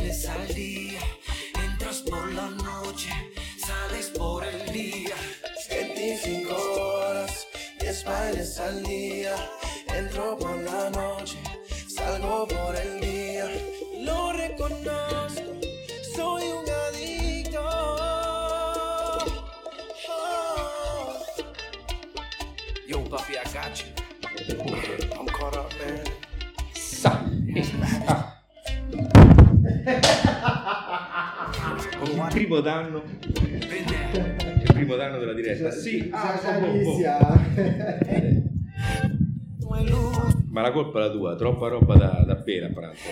bailes al día, entras por la noche, sales por el día. 25 horas, 10 bailes al día, entro por la noche, salgo por el día. Lo reconozco, soy un adicto. Oh. Yo, papi, I got you. I'm caught up, man. Il primo danno della diretta. Sì. Ma la colpa è la tua, troppa roba da bere a pranzo.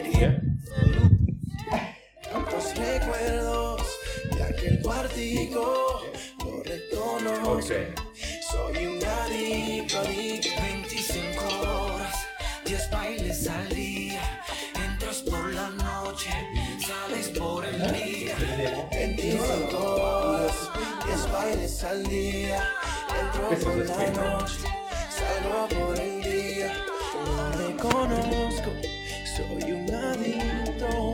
Tantos recuerdos de aquel cuartico, lo reconozco. Ok. Soy un adicto, adicto. 25 horas, 10 bailes al día, entras por la noche, sales por el día. 25 horas, 10 bailes al día, entro por la noche, salgo por el día. Lo reconozco, soy un adicto.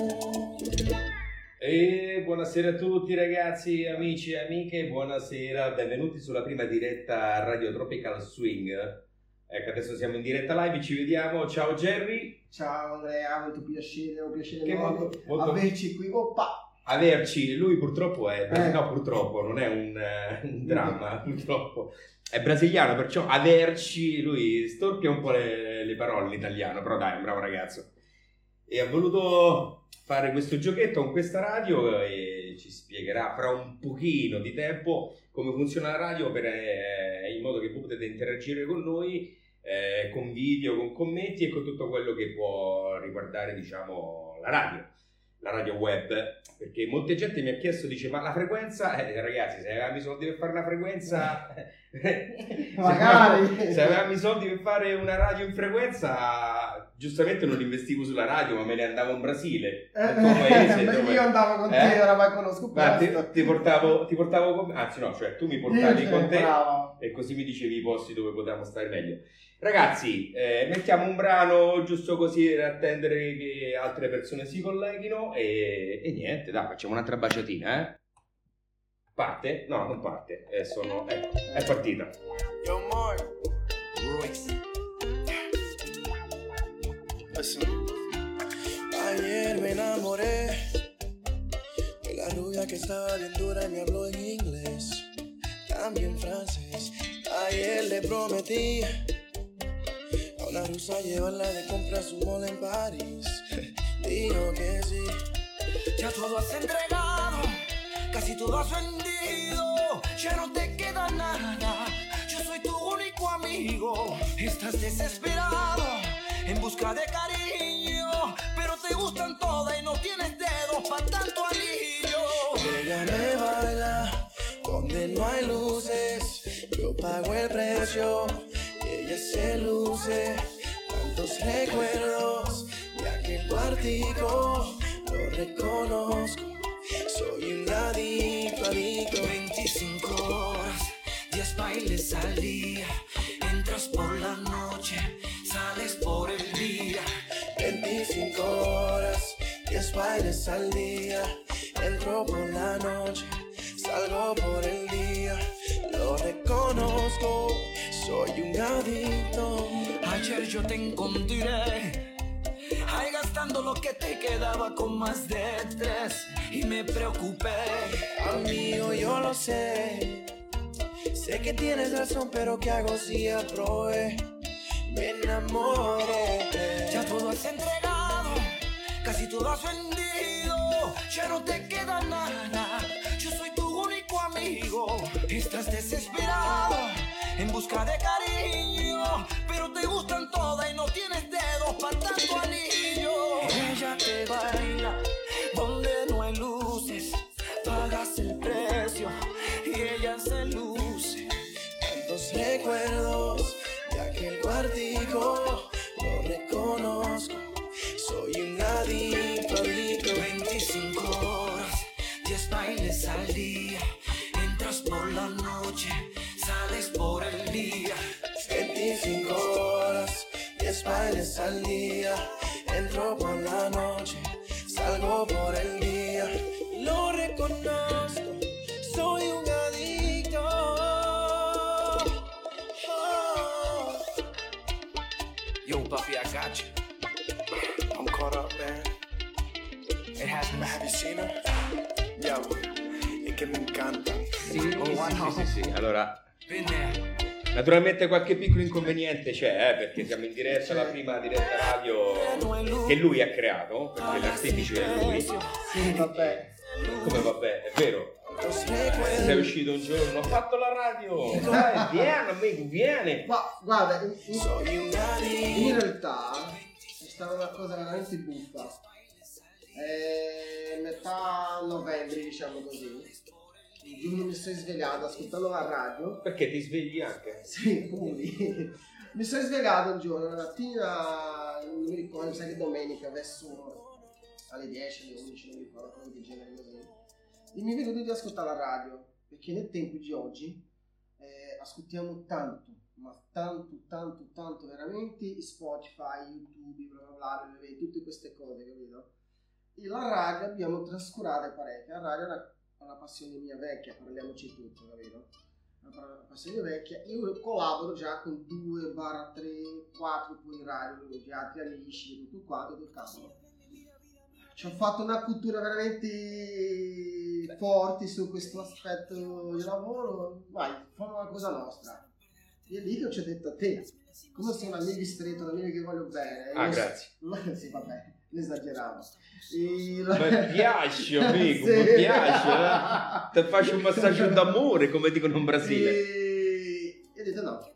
E buonasera a tutti ragazzi, amici e amiche, buonasera, benvenuti sulla prima diretta Radio Tropical Swing. Ecco, adesso siamo in diretta live, ci vediamo. Ciao Jerry. Ciao Andrea, molto piacere, un piacere Che molto averci qui. Oppa! Averci, lui purtroppo è, no purtroppo, non è un dramma, purtroppo. È brasiliano, perciò averci, lui storpia un po' le parole in italiano, però dai, è un bravo ragazzo. E ha voluto fare questo giochetto con questa radio e ci spiegherà fra un pochino di tempo come funziona la radio in modo che voi potete interagire con noi con video, con commenti e con tutto quello che può riguardare, diciamo, la radio web, perché molta gente mi ha chiesto, dice, ma la frequenza, ragazzi, se avevamo i soldi per fare una frequenza magari se avevamo i soldi per fare una radio in frequenza, giustamente non investivo sulla radio, ma me ne andavo in Brasile, nel tuo paese, dove... io andavo con te, oramai conosco ti portavo con... anzi no, cioè tu mi portavi con te, bravo. E così mi dicevi i posti dove potevamo stare meglio. Ragazzi, mettiamo un brano giusto così per attendere che altre persone si colleghino e niente, dai, facciamo un'altra baciatina, Parte? No, non parte, è partita. Yo, Mark. Royce. Listen. Ayer me enamoré de la rubia que estaba bien dura y me habló en inglés, también francés. Ayer le prometí a una rusa llevarla de compras su mall en París. Digo que sí. Ya todo has entregado, casi todo has vendido, ya no te queda nada. Yo soy tu único amigo. Estás desesperado en busca de cariño, pero te gustan todas y no tienes dedos para tanto anillo. Ella me baila donde no hay luces, yo pago el precio y ella se luce. Tantos recuerdos de aquel cuartico, lo reconozco. Soy un adicto, adicto. 25 horas, 10 bailes al día, entras por la noche, sales por el día. 25 horas, 10 bailes al día, entro por la noche, salgo por el día. Lo reconozco, soy un adicto. Ayer yo te encontré ahí gastando lo que te quedaba con más de 3 y me preocupé. Amigo, yo lo sé, sé que tienes razón, pero ¿qué hago si aprobé? Me enamoré. Ya todo has entregado, casi todo has vendido, ya no te queda nada. Yo soy tu único amigo. Estás desesperado en busca de cariño, pero te gustan todas y no tienes dedos para tanto anillo. Ella te baila donde no hay luces, pagas el precio y ella se luce. Tantos recuerdos de aquel cuartico, lo reconozco. Soy un adicto, adicto. 25 horas, 10 bailes al día, entras por la noche, sales por el día. 25 horas, 10 bailes al día, vivo por el día, lo reconozco, soy un adicto. Oh. Yo, Buffy, I got you. I'm caught up, man. It has been. Have you seen her? Yo, es que me encanta. Sì. Allora, naturalmente qualche piccolo inconveniente c'è, perché siamo in diretta, la prima diretta radio che lui ha creato, perché l'artefice è lui. Sì, vabbè. Come vabbè, è vero. Sei uscito un giorno, ho fatto la radio, dai, vieni amico, vieni. Ma guarda, in realtà è stata una cosa veramente buffa. Metà novembre, diciamo così, un giorno mi sono svegliato ascoltando la radio. Perché ti svegli anche? Sì, pure. Mi sono svegliato un giorno, la mattina, non mi ricordo, sai che domenica, verso alle 10, alle 11, non mi ricordo, come di genere così. E mi è venuto di ascoltare la radio, perché nel tempo di oggi ascoltiamo tanto, ma tanto veramente Spotify, YouTube, bla bla bla, tutte queste cose, capito? E la radio abbiamo trascurato parecchio. La radio è una passione mia vecchia, parliamoci tutto, capito? Una passione vecchia. Io collaboro già con 2, 3, 4 poi in radio, gli altri amici, tutto quanto, tutto cavolo. Ci ho fatto una cultura veramente forte su questo aspetto di lavoro. Vai, facciamo una cosa nostra. E è lì che ci ho detto a te, come sei un amico stretto, un amico che voglio bene. Grazie. Sì, vabbè, esageravo. Mi piace amico, sì. Mi piace, ti faccio un massaggio d'amore come dicono in Brasile. E ho detto no,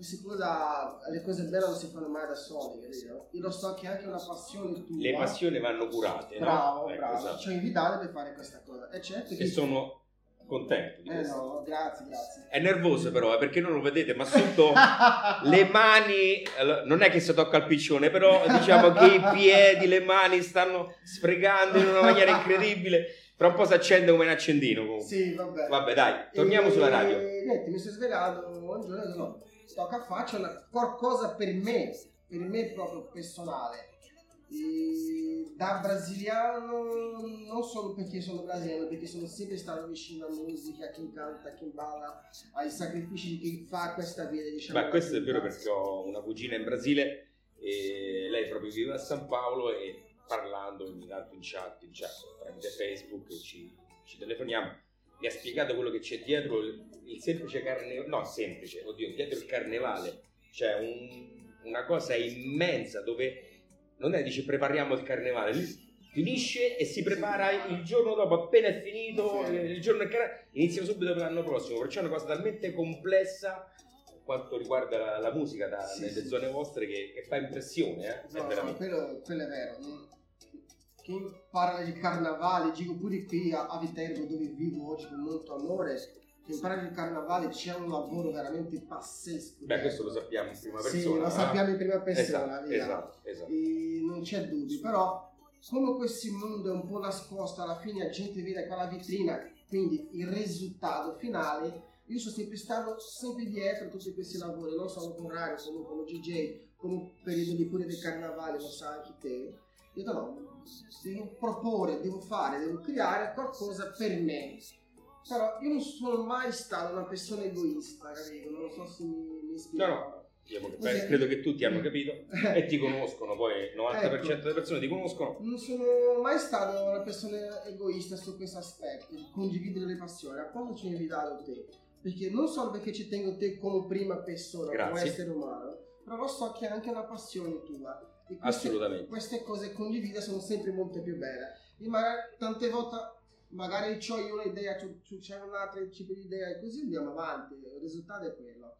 le cose belle non si fanno mai da soli, capito? Io lo so che è anche una passione tua. Le passioni vanno curate, bravo, no? bravo, Esatto. Ci ho invitato per fare questa cosa. E certo che sono contento di questo. No, grazie. È nervoso però, perché non lo vedete, ma sotto le mani, non è che si tocca il piccione, però diciamo che i piedi, le mani stanno sfregando in una maniera incredibile. Tra un po' si accende come un accendino comunque. Sì, vabbè. Vabbè, dai, torniamo sulla radio. Niente, mi sono svegliato un giorno e ho detto no, tocca faccia qualcosa per me proprio personale. E da brasiliano, non solo perché sono brasiliano, perché sono sempre stato vicino alla musica, a chi canta, a chi balla, ai sacrifici di chi fa questa vita, diciamo. Beh, questo è vero, perché ho una cugina in Brasile e lei proprio vive a San Paolo, e parlando ogni tanto in chat tramite Facebook, ci telefoniamo, mi ha spiegato quello che c'è dietro il semplice carnevale, no semplice, dietro il carnevale c'è una cosa immensa dove non è, dice prepariamo il carnevale, lui finisce e si prepara il giorno dopo, appena è finito il giorno del carnevale, iniziamo subito per l'anno prossimo, perciò è una cosa talmente complessa quanto riguarda la musica nelle zone vostre che fa impressione, no, quello è vero. Chi parla di carnavale, dico pure qui a Viterbo, dove vivo oggi con molto amore, che parla di carnavale c'è un lavoro veramente pazzesco. Beh, questo lo sappiamo in prima persona. Sì, lo sappiamo in prima persona. Esatto. E non c'è dubbio, però come questo mondo è un po' nascosto, alla fine la gente vede quella vetrina, quindi il risultato finale. Io sono sempre stato dietro a tutti questi lavori, non solo con radio, come DJ, come periodi pure del carnavale, lo sai anche te. Ho detto no, devo proporre, devo creare qualcosa per me. Però io non sono mai stato una persona egoista, capito? Non so se mi spiego. No. Credo che tutti hanno capito e ti conoscono, poi il 90% delle persone ti conoscono. Non sono mai stato una persona egoista su questo aspetto, di condividere le passioni. Appunto ci ho invitato te, perché non solo perché ci tengo te come prima persona, come essere umano, però lo so che è anche una passione tua. E assolutamente. Queste cose condivise sono sempre molto più belle. E magari tante volte magari c'ho io un'idea, c'è un altro tipo di idea e così andiamo avanti, il risultato è quello.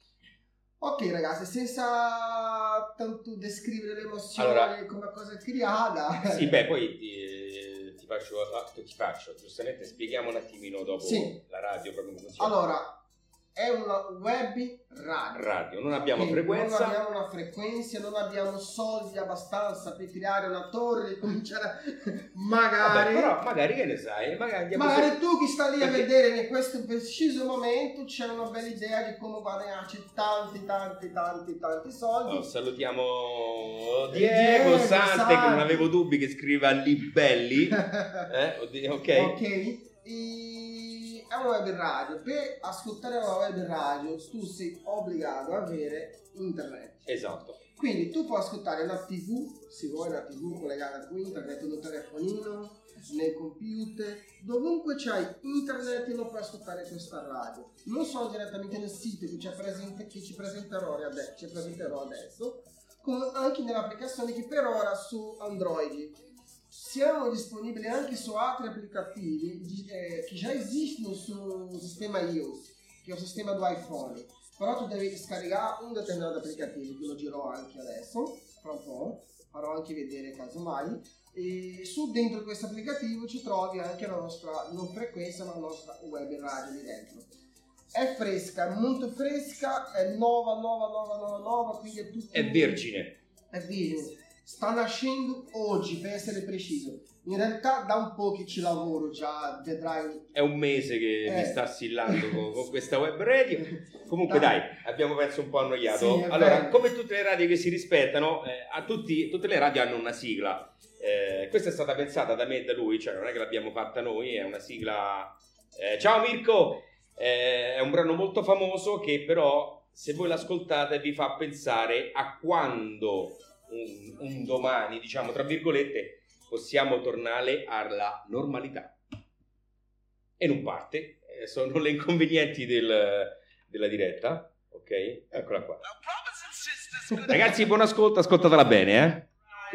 Ok ragazzi, senza tanto descrivere le emozioni come cosa creata. Sì, beh, poi ti faccio, giustamente spieghiamo un attimino dopo la radio proprio come funziona. Allora, è una web radio. Non abbiamo frequenza. Non abbiamo una frequenza, non abbiamo soldi abbastanza per creare una torre e cominciare magari. Vabbè, però magari che ne sai? Magari tu che sta lì a vedere in questo preciso momento c'è una bella idea di come guadagnarci tanti soldi. Oh, salutiamo Diego Sante, che non avevo dubbi che scriva Libelli. Ok. È una web radio. Per ascoltare una web radio tu sei obbligato ad avere internet. Esatto. Quindi tu puoi ascoltare una TV, se vuoi una TV collegata con internet, nel telefonino, nel computer, dovunque c'hai internet non puoi ascoltare questa radio. Non solo direttamente nel sito che ci presenterò adesso, come anche nell'applicazione che per ora su Android. Siamo disponibili anche su altri applicativi che già esistono sul sistema iOS, che è un sistema di iPhone, però tu devi scaricare un determinato applicativo, che lo girò anche adesso, fra un po', farò anche vedere casomai, e dentro questo applicativo ci trovi anche la nostra, non frequenza, ma la nostra web radio lì dentro. È fresca, è molto fresca, è nuova, quindi è tutto... È vergine. Sta nascendo oggi, per essere preciso. In realtà da un po' che ci lavoro già, vedrai. È un mese che mi sta assillando con questa web radio. Comunque dai, abbiamo penso un po' annoiato. Sì, allora, come tutte le radio che si rispettano, tutte le radio hanno una sigla. Questa è stata pensata da me e da lui, cioè non è che l'abbiamo fatta noi, è una sigla... ciao Mirko! È un brano molto famoso che però, se voi l'ascoltate, vi fa pensare a quando... Un domani, diciamo tra virgolette, possiamo tornare alla normalità. E non parte, sono le inconvenienti della diretta. Ok, eccola qua. Ragazzi, buon ascolto, ascoltatela bene,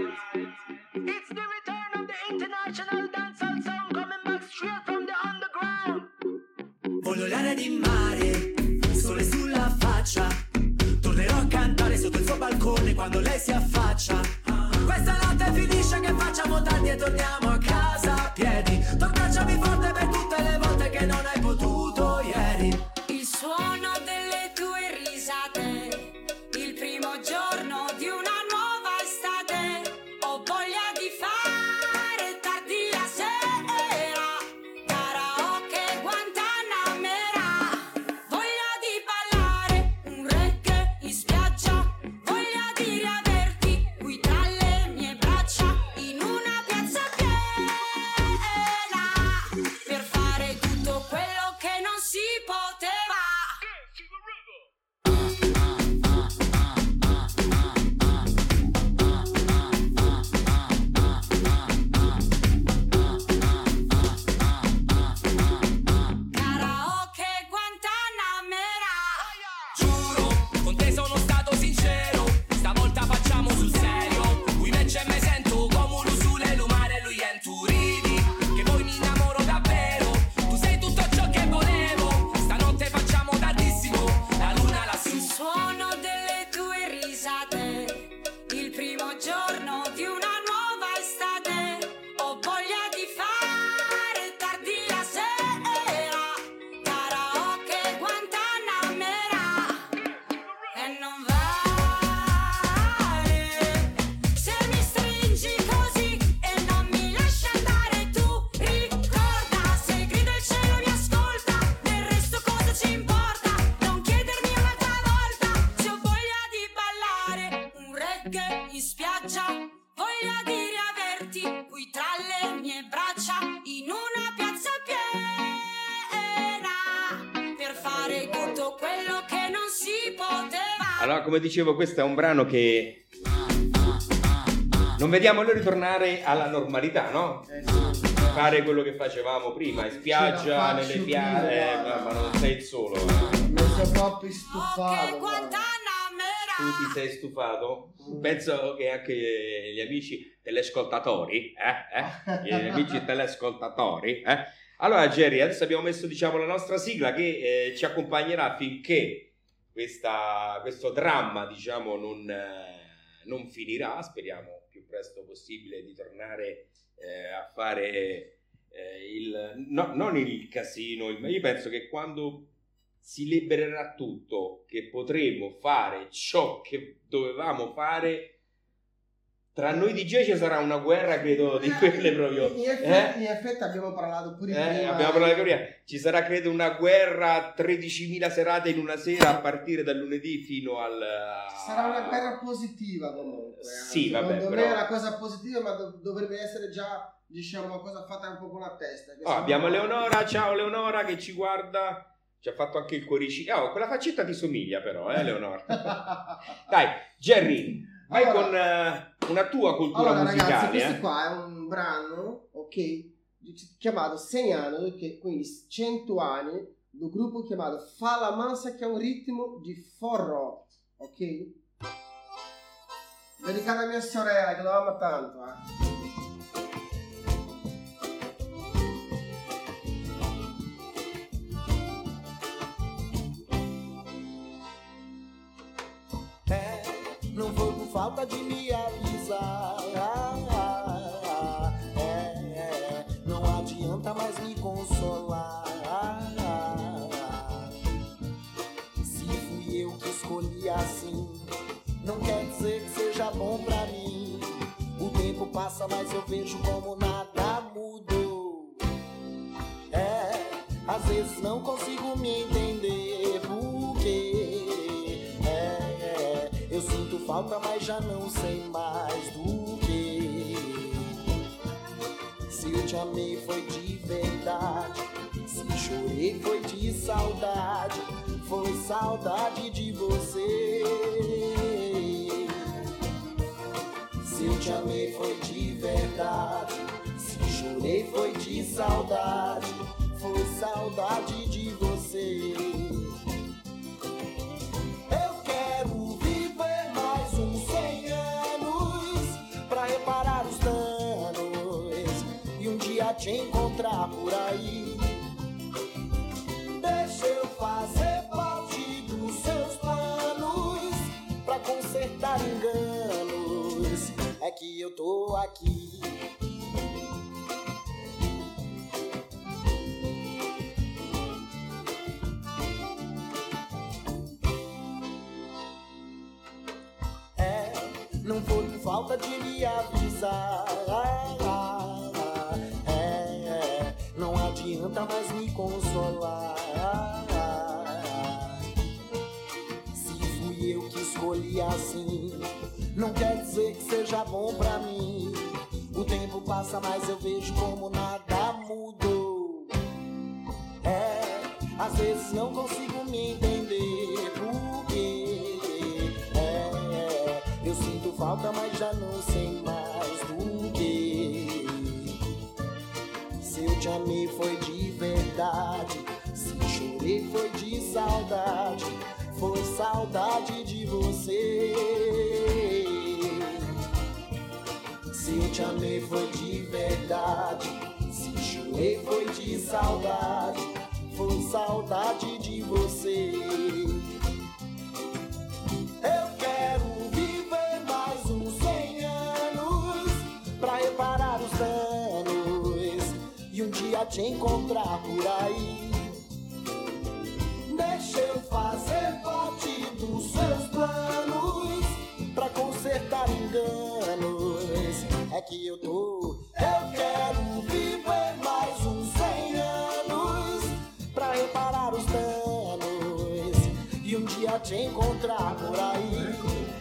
It's the return of the international dancehall sound coming back straight from the underground. Voglio l'aria di mare, sole sulla faccia. Tornerò a cantare sotto il suo balcone quando lei si affaccia. Questa notte finisce che facciamo tardi e torniamo a casa a piedi. Tu abbracciami forte per tutte le volte che non hai potuto ieri. Il suono delle tue risate, il primo giorno di una nuova estate. Ho voglia di fare tardi la sera, karaoke Guantanamera. Voglia di ballare un reggae in spiaggia, voglia di riaverti qui tra le mie braccia in una piazza piena, per fare tutto quello che non si poteva. Karaoke Guantanamera. Giuro, con te sono stato sincero. Stavolta facciamo sul serio. Qui invece me sento come un usule lumare. Lui è tu ridi, che poi mi innamoro davvero. Tu sei tutto ciò che volevo. Stanotte facciamo tardissimo, la luna lassù. Il suono delle tue risate, il primo giorno di una nuova estate. Ho voglia di fare tardi la sera, karaoke Guantanamera. E non vale se mi stringi così e non mi lasci andare. Tu ricorda, se grido il cielo mi ascolta, del resto cosa ci importa? Non chiedermi un'altra volta se ho voglia di ballare un reggae in spiaggia, voglia di riaverti qui tra le mie braccia in una piazza piena, per fare tutto quello che non si poteva. Allora, come dicevo, questo è un brano che non vediamo l'ora di tornare alla normalità, no? Fare quello che facevamo prima, in spiaggia, nelle piazze, ma non sei il solo. Mi sono proprio Karaoke stufato. guarda. Guantanamera. Tu ti sei stufato? Penso che anche gli amici telescoltatori, gli amici telescoltatori, Allora Jerry, adesso abbiamo messo, diciamo, la nostra sigla che ci accompagnerà finché questo dramma, diciamo, non finirà. Speriamo più presto possibile di tornare a fare non il casino. Io penso che quando si libererà tutto, che potremo fare ciò che dovevamo fare, tra noi DJ ci sarà una guerra, credo, di quelle proprio. In effetti abbiamo parlato pure prima. Abbiamo parlato prima. Ci sarà, credo, una guerra, 13.000 serate in una sera a partire dal lunedì fino al... Sarà una guerra positiva comunque. Sì, vabbè, secondo però... me è una cosa positiva, ma dovrebbe essere già, diciamo, una cosa fatta un po' con la testa. Abbiamo Leonora, ciao Leonora che ci guarda. Ci ha fatto anche il cuoricino. Quella faccetta ti somiglia però, Leonora. Dai, Jerry, vai con una tua cultura musicale. Ragazzi, questo qua è un brano, ok, chiamato 6 anni, quindi 100 anni, do gruppo chiamato Fala Mansa, che è un ritmo di forró, ok? Dedicato a mia sorella, che lo ama tanto, Não foi por falta de me avisar. Não adianta mais me consolar. Se fui eu que escolhi assim, não quer dizer que seja bom pra mim. O tempo passa, mas eu vejo como nada mudou. Às vezes não consigo me entender porque eu sinto falta, mas já não sei mais do que. Se eu te amei foi de verdade, se chorei foi de saudade, foi saudade de você. Se eu te amei foi de verdade, se chorei foi de saudade, foi saudade de você. Te encontrar por aí, deixa eu fazer parte dos seus planos, pra consertar enganos, é que eu tô aqui. Não foi por falta de lhe avisar. Não adianta mais me consolar. Se fui eu que escolhi assim, não quer dizer que seja bom pra mim. O tempo passa, mas eu vejo como nada mudou. Às vezes não consigo me entender porque eu sinto falta, mas já não sei mais do que. Se eu te amei foi de verdade, se chorei foi de saudade, foi saudade de você. Se eu te amei foi de verdade, se chorei foi de saudade, foi saudade de você. Eu quero viver mais uns 100 anos pra reparar os danos e um dia te encontrar por aí. Deixa eu fazer parte dos seus planos pra consertar enganos. É que eu quero viver mais uns 100 anos pra reparar os danos e um dia te encontrar por aí.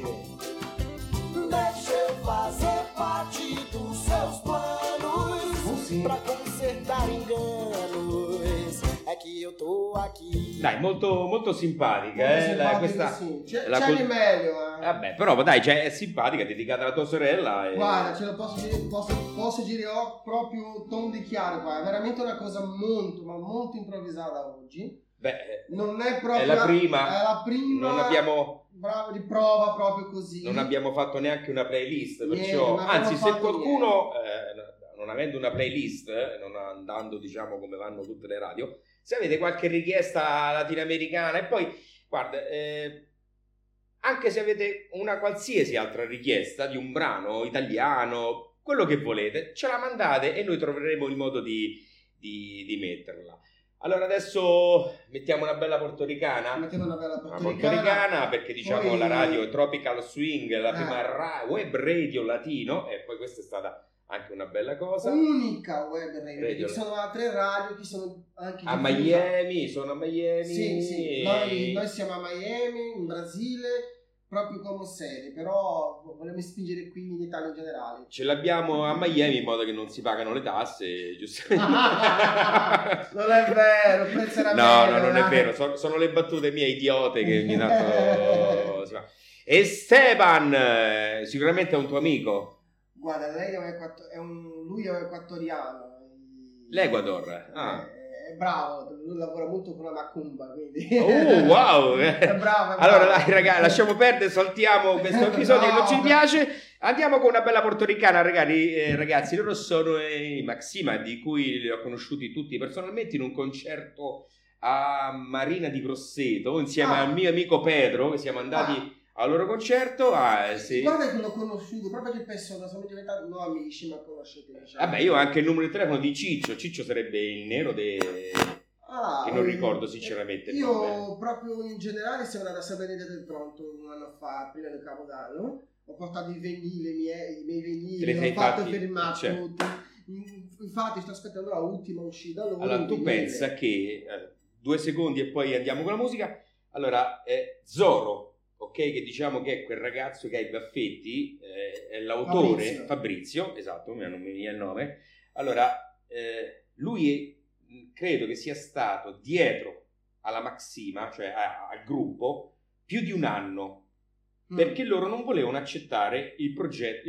Deixa eu fazer parte dos seus planos pra consertar enganos. É que eu tô aqui. Dai, molto simpatica, questa sì. C'è la di meglio, Vabbè, però dai, è simpatica, è dedicata alla tua sorella. Guarda, ce lo posso dire proprio tondo e chiaro, qua. È veramente una cosa molto, ma molto improvvisata oggi. Beh, non è proprio è la prima. Non abbiamo bravo di prova proprio così. Non abbiamo fatto neanche una playlist, perciò anzi, se qualcuno non avendo una playlist, non andando diciamo come vanno tutte le radio, se avete qualche richiesta latinoamericana, e poi guarda, anche se avete una qualsiasi altra richiesta di un brano italiano, quello che volete, ce la mandate e noi troveremo il modo di metterla. Allora adesso mettiamo una bella portoricana. Mettiamo una bella Una portoricana. portoricana perché diciamo Poi- la radio Tropical Swing, la prima web radio latino, e poi questa è stata anche una bella cosa. Unica web radio, Radio. ci sono altre radio che sono anche A diffuse. Miami, sono a Miami. Sì, noi siamo a Miami, in Brasile, proprio come sede, però vogliamo spingere qui in Italia in generale. Ce l'abbiamo a Miami in modo che non si pagano le tasse, giustamente. Non è vero, pensa era No, vero, non è dai. vero, sono le battute mie idiote che ogni tanto si fa. Esteban, sicuramente è un tuo amico. Guarda, lei lui è equatoriano. L'Ecuador. Ah. È bravo, lui lavora molto con la macumba, quindi... Oh, wow! È bravo. Allora, dai, ragazzi, lasciamo perdere, saltiamo questo episodio che non ci No. piace. Andiamo con una bella portoricana, ragazzi. Loro sono i Maxima, di cui li ho conosciuti tutti personalmente in un concerto a Marina di Grosseto, insieme al mio amico Pedro, che siamo andati al loro concerto. Sì. Guarda che l'ho conosciuto, proprio che persona, siamo diventati non amici, ma conoscete. Diciamo. Vabbè, io ho anche il numero di telefono di Ciccio. Ciccio sarebbe il nero che non ricordo sinceramente il nome. Io proprio in generale siamo andati a San Benedetto del Tronto un anno fa, prima del Capodanno. Ho portato i vinili, i miei Te vinili, li sei ho fatto fatti? firmare Cioè. tutti. Infatti sto aspettando la ultima uscita loro. Allora, tu pensa che 2 secondi e poi andiamo con la musica. Allora, Zorro, ok, che diciamo che è quel ragazzo che ha i baffetti, è l'autore, Fabrizio, esatto, non mi viene il nome. Allora, lui credo che sia stato dietro alla Maxima, cioè al gruppo, più di un anno, perché loro non volevano accettare il progetto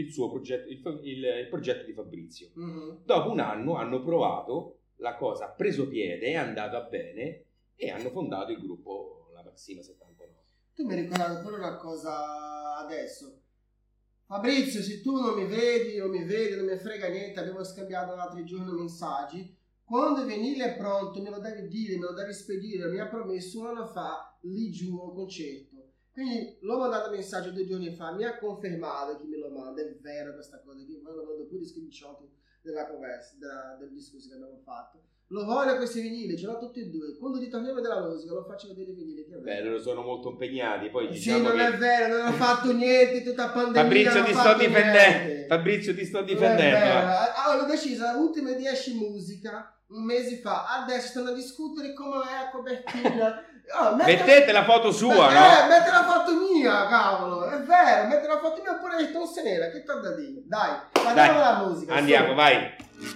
di Fabrizio. Dopo un anno hanno provato, la cosa ha preso piede, è andata bene e hanno fondato il gruppo La Maxima 79. Tu mi ricordavi pure una cosa adesso. Fabrizio, se tu non mi vedi, non mi frega niente, abbiamo scambiato l'altro giorno messaggi. Quando il vinile è pronto, me lo devi dire, me lo devi spedire. Mi ha promesso un anno fa lì giù a un concerto. Quindi l'ho mandato messaggio 2 giorni fa, mi ha confermato che me lo manda, è vero questa cosa, che poi lo mando pure screenshot della conversa, del discorso che abbiamo fatto. Lo voglio questi vinili, ce l'ho tutti e 2. Quando ritorniamo dalla musica lo faccio vedere i vinili. Che è vero. Beh, loro sono molto impegnati, poi Sì, diciamo non che... è vero, non ho fatto niente tutta pandemia. Fabrizio, non ti ho sto fatto difendendo. niente. Fabrizio, ti sto Non è difendendo. vero. Ho deciso le ultime 10 musica un mese fa. Adesso stanno a discutere come è la copertina. Mettete la foto sua, no? Metti la foto mia, cavolo. È vero, metti la foto mia oppure non se n'era. Che t'ho da dire? Dai, andiamo alla musica. Andiamo, su. vai.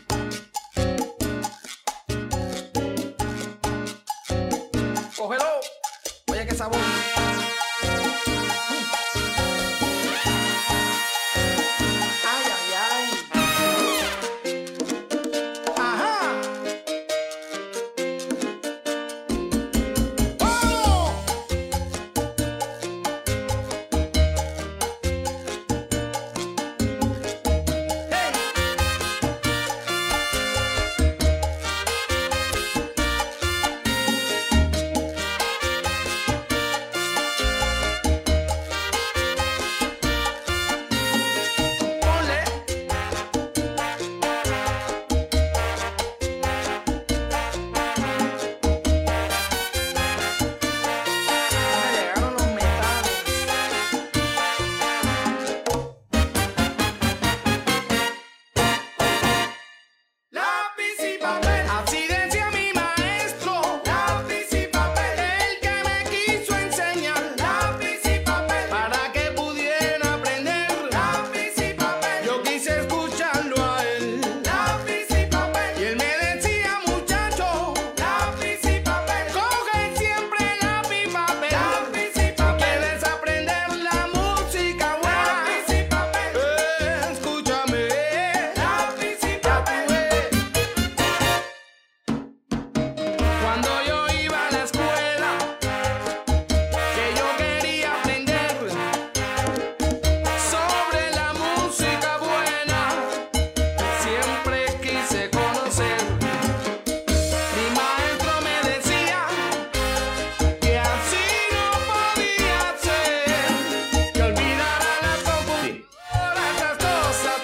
Cógelo, oye qué sabor. Ay, ay, ay. Ajá. ¡Oh! Hey.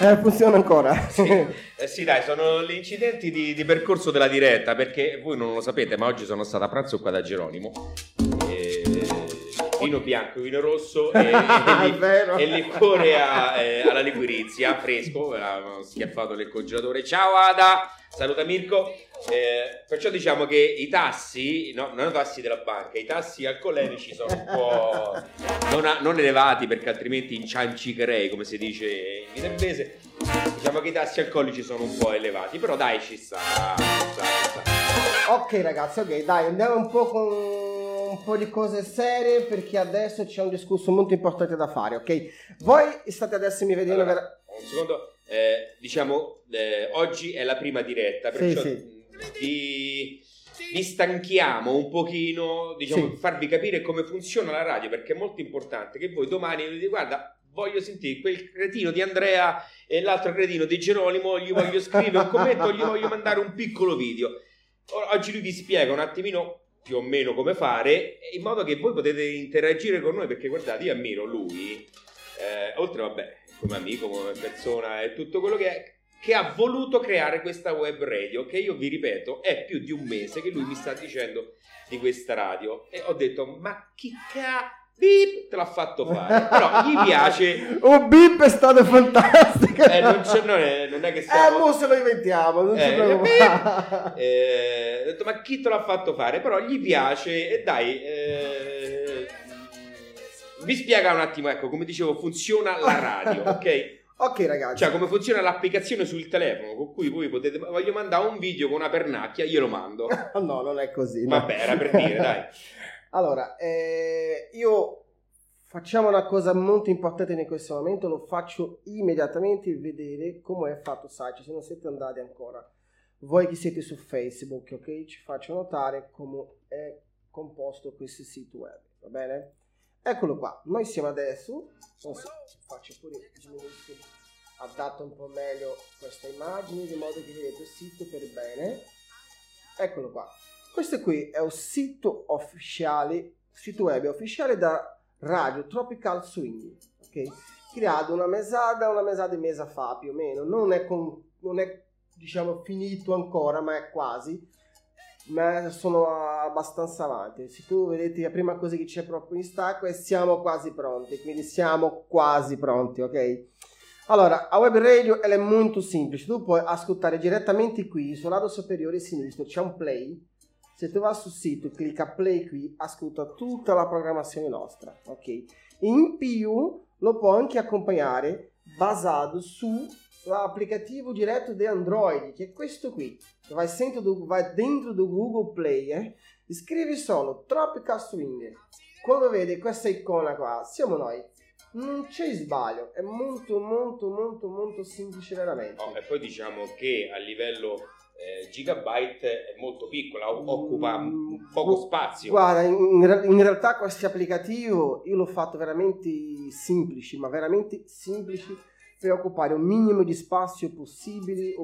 Funziona ancora. Sì, dai, sono gli incidenti di percorso della diretta, perché voi non lo sapete, ma oggi sono stato a pranzo qua da Geronimo. Vino bianco, vino rosso e liquore alla liquirizia, fresco, ho schiaffato nel congelatore. Ciao Ada, saluta Mirko. Perciò diciamo che i tassi, no, non i tassi della banca, i tassi alcolemici sono un po' non elevati, perché altrimenti inciancicherei, come si dice in viterbese. Diciamo che i tassi alcolici sono un po' elevati, però dai, ci sta. Ok ragazzi, ok, dai, andiamo un po' con un po' di cose serie, perché adesso c'è un discorso molto importante da fare, ok? Voi state adesso mi vedendo... Allora, un secondo, diciamo, oggi è la prima diretta, perciò vi stanchiamo un pochino, diciamo, per farvi capire come funziona la radio, perché è molto importante che voi domani dite: guarda, voglio sentire quel cretino di Andrea e l'altro cretino di Geronimo, gli voglio scrivere un commento, gli voglio mandare un piccolo video. Oggi lui vi spiega un attimino più o meno come fare, in modo che voi potete interagire con noi, perché guardate, io ammiro lui, oltre vabbè, come amico, come persona e tutto quello che ha voluto creare questa web radio, che io vi ripeto è più di un mese che lui mi sta dicendo di questa radio, e ho detto: ma chi Beep te l'ha fatto fare, però gli piace. Beep è stato fantastico. Non è che stiamo... mo se lo inventiamo, non si preoccupare. Ho detto: ma chi te l'ha fatto fare? Però gli piace, e dai, vi spiega un attimo, ecco, come dicevo, funziona la radio, ok? Ok ragazzi, cioè come funziona l'applicazione sul telefono, con cui voi potete, voglio mandare un video con una pernacchia, glielo mando. No, non è così. Vabbè, era per dire, dai. Allora, io facciamo una cosa molto importante in questo momento, lo faccio immediatamente vedere come è fatto il site, se non siete andati ancora. Voi che siete su Facebook, ok? Ci faccio notare come è composto questo sito web, va bene? Eccolo qua, noi siamo adesso, faccio pure, adatto un po' meglio questa immagine, di modo che vedete il sito per bene. Eccolo qua. Questo qui è un sito web ufficiale da Radio Tropical Swing, ok? Creato una mesada e mezza fa più o meno, non è diciamo finito ancora, ma è quasi, ma sono abbastanza avanti. Se tu vedete la prima cosa che c'è proprio in stacco è siamo quasi pronti, quindi siamo quasi pronti, ok? Allora, la web radio è molto semplice, tu puoi ascoltare direttamente qui, sul lato superiore sinistro c'è un play. Se tu vai sul sito, clicca play qui, ascolta tutta la programmazione nostra, ok? In più lo puoi anche accompagnare basato sull'applicativo diretto di Android, che è questo qui. Vai dentro do Google Play, scrivi solo Tropical Swing. Quando vedi questa icona qua, siamo noi. Non c'è sbaglio, è molto molto molto molto semplice veramente. E poi diciamo che a livello gigabyte è molto piccola, occupa poco spazio. Guarda, in realtà questo applicativo io l'ho fatto veramente semplici, ma veramente semplici, per occupare un minimo di spazio possibile,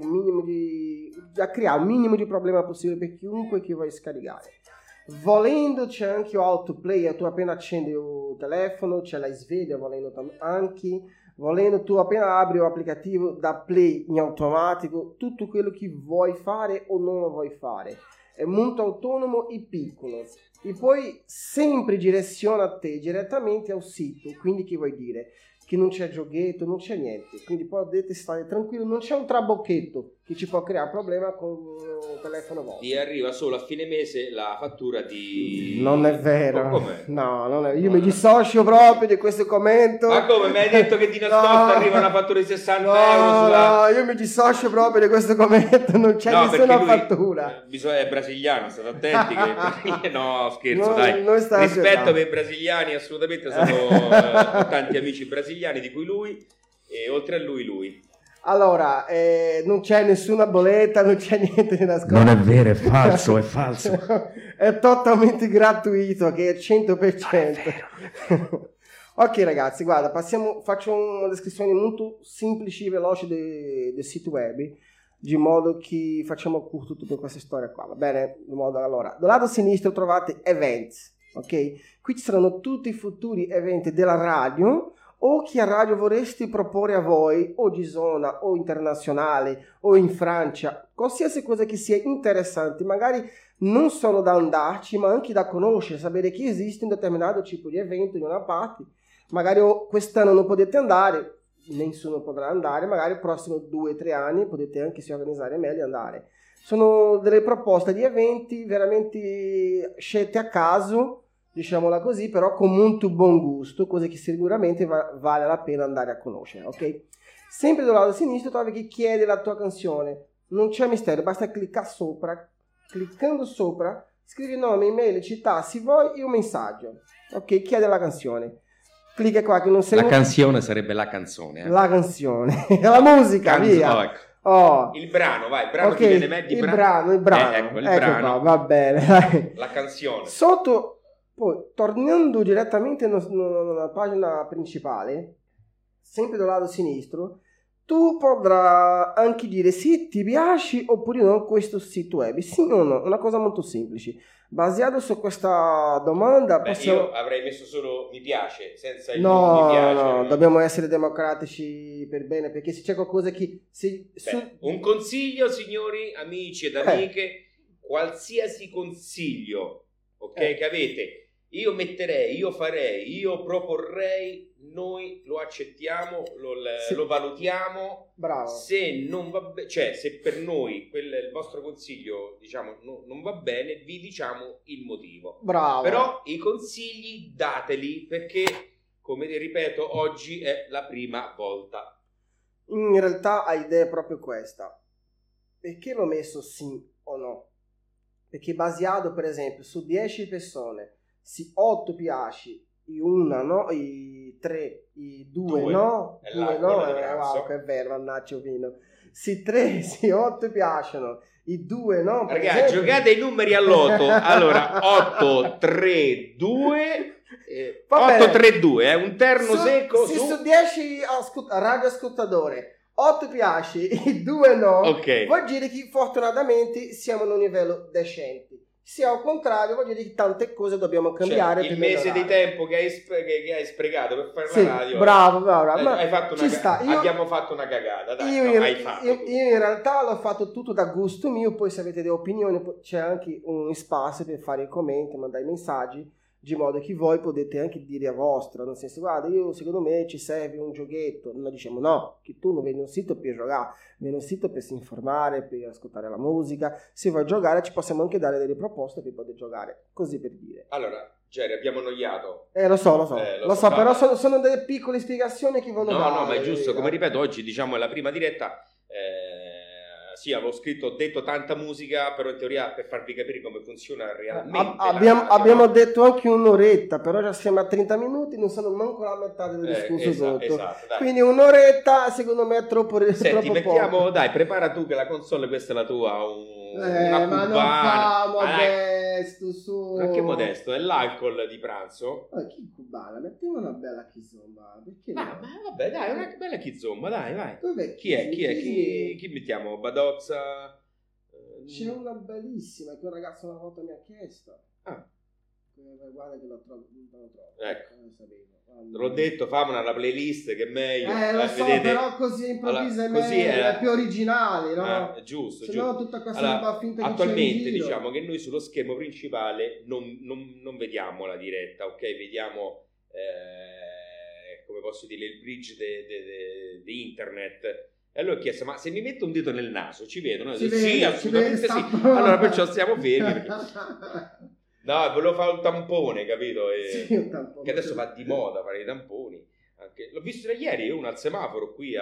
da creare un minimo di problema possibile per chiunque che vuoi scaricare. Volendo c'è anche autoplay, tu appena accendi il telefono c'è la sveglia, volendo anche, volendo tu appena apri l'applicativo da play in automatico tutto quello che vuoi fare o non lo vuoi fare. È molto autonomo e piccolo, e poi sempre direziona a te direttamente al sito, quindi che vuoi dire? Che non c'è giochetto, non c'è niente, quindi potete stare tranquillo, non c'è un trabocchetto che ci può creare problema con il telefono vostro. Ti arriva solo a fine mese la fattura di... Non è vero. Com'è? No, non è. Io mi dissocio proprio di questo commento. Ma come? Mi hai detto che di nascosto arriva una fattura di 60 euro sulla... No, io mi dissocio proprio di questo commento, non c'è nessuna fattura. È brasiliano, state attenti che... No, scherzo, no, dai. Rispetto per i brasiliani, assolutamente, ho tanti amici brasiliani, di cui lui, e oltre a lui. Allora, non c'è nessuna bolletta, non c'è niente di nascosto. Non è vero, è falso, è falso. È totalmente gratuito, che è 100%. Ok ragazzi, guarda, faccio una descrizione molto semplice e veloce del sito web, di modo che facciamo curto tutta questa storia qua, va bene? Allora, dal lato sinistro trovate events, ok? Qui ci saranno tutti i futuri eventi della radio, o che radio vorresti proporre a voi, o di zona, o internazionale, o in Francia, qualsiasi cosa che sia interessante, magari non solo da andarci, ma anche da conoscere, sapere che esiste un determinato tipo di evento in una parte, magari quest'anno non potete andare, nessuno potrà andare, magari i prossimi 2 o 3 anni potete anche si organizzare meglio e andare. Sono delle proposte di eventi veramente scelte a caso, diciamola così, però con molto buon gusto, cose che sicuramente vale la pena andare a conoscere, ok? Sempre dal lato sinistro trovi chi chiede la tua canzone, non c'è mistero, basta cliccare sopra, cliccando sopra, scrivi nome, email, città, se vuoi, e un messaggio, ok? Chiede la canzone. Clicca qua che non sei... La canzone sarebbe la canzone. La canzone, la musica, via. Oh, ecco. Oh. Il brano, vai, il brano Ok, ti viene meglio. il brano. ecco, il brano. Qua, va bene. La canzone. Sotto, poi, tornando direttamente nella pagina principale, sempre dal lato sinistro, tu potrai anche dire se ti piace oppure no questo sito web, sì o no, una cosa molto semplice. Basato su questa domanda possiamo... Io avrei messo solo mi piace, senza il No, mi piace. no, dobbiamo essere democratici per bene, perché se c'è qualcosa che... Un consiglio, signori, amici ed amiche, qualsiasi consiglio, ok, che avete, io metterei, io farei, io proporrei, noi lo accettiamo, lo valutiamo. Bravo. Se non va bene, cioè se per noi il vostro consiglio, diciamo, non va bene, vi diciamo il motivo. Bravo. Però i consigli dateli, perché, come ripeto, oggi è la prima volta. In realtà l'idea è proprio questa. Perché l'ho messo sì o no? Perché basato, per esempio, su 10 persone, se 8 piace, i una no, i 3, i 2 no, è 2 no, wow, che è vero, mannaggia vino. Se 3, se 8 piacciono, i 2 no. Ragazzi, giocate i numeri all'otto. Allora, 8, 3, 2... 8, 3, 2, è un terno secco. Se su 10 radioascoltatori 8 piace, i 2 no, okay, vuol dire che fortunatamente siamo in un livello decente. Se al contrario, voglio dire che tante cose dobbiamo cambiare. Cioè, il mese di tempo che hai sprecato per fare sì, la radio, bravo. Ma hai fatto abbiamo fatto una cagata. Dai, io in realtà l'ho fatto tutto da gusto mio. Poi, se avete delle opinioni, c'è anche un spazio per fare i commenti, mandare i messaggi, di modo che voi potete anche dire a vostra, nel senso, guarda, io secondo me ci serve un giochetto. Noi diciamo no, che tu non vieni un sito per giocare, vieni un sito per si informare, per ascoltare la musica. Se vuoi giocare ci possiamo anche dare delle proposte per poter giocare, così per dire. Allora, Jerry, abbiamo annoiato. Lo so, però sono delle piccole spiegazioni che vanno No, ma è giusto, come ripeto, oggi diciamo è la prima diretta. Sì, avevo detto tanta musica, però in teoria per farvi capire come funziona realmente. Abbiamo detto anche un'oretta, però già siamo a 30 minuti, non sono manco la metà del discorso tutto. Esatto, quindi un'oretta secondo me è troppo Senti, mettiamo, poco. Dai, prepara tu che la console questa è la tua, ma non fa modesto su. Ma che modesto, è l'alcol di pranzo. Che cubana, mettiamo una bella kizomba, perché no? Vabbè, dai, una bella kizomba, dai, vai. Dov'è Chi è? Chi mettiamo? Badozza? C'è una bellissima che un ragazzo una volta mi ha chiesto. Guarda che lo trovo. Ecco. L'ho detto, fammi la playlist che è meglio. Lo so, vedete? però così improvvisa così è più originale, no? È giusto. Se no tutta questa roba finta che attualmente c'è in giro. diciamo che noi sullo schermo principale non vediamo la diretta, ok? Vediamo come posso dire il bridge di internet. E allora ho chiesto, ma se mi metto un dito nel naso ci vedono? Sì, assolutamente sì. Allora perciò stiamo fermi. No, volevo fare un tampone, capito? Sì, un tampone. Che adesso va di moda fare i tamponi. L'ho visto da ieri, uno al semaforo qui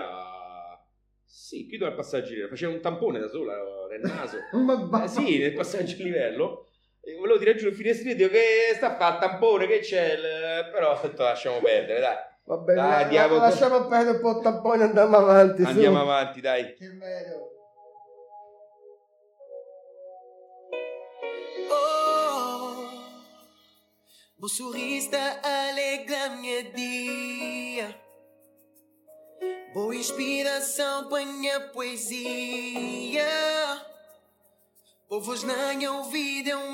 qui dove al passaggio livello. Faceva un tampone da sola nel naso. Sì, nel passaggio a livello. E volevo dire giù il finestrino che sta a fare il tampone, che c'è. Però ho detto lasciamo perdere, dai. Va bene, lasciamo perdere un po' il tampone e andiamo avanti. Andiamo avanti, dai. Che meglio. Vos sorrista alegra minha dia. Boa inspiração para minha poesia. Povos na minha ouvido é uma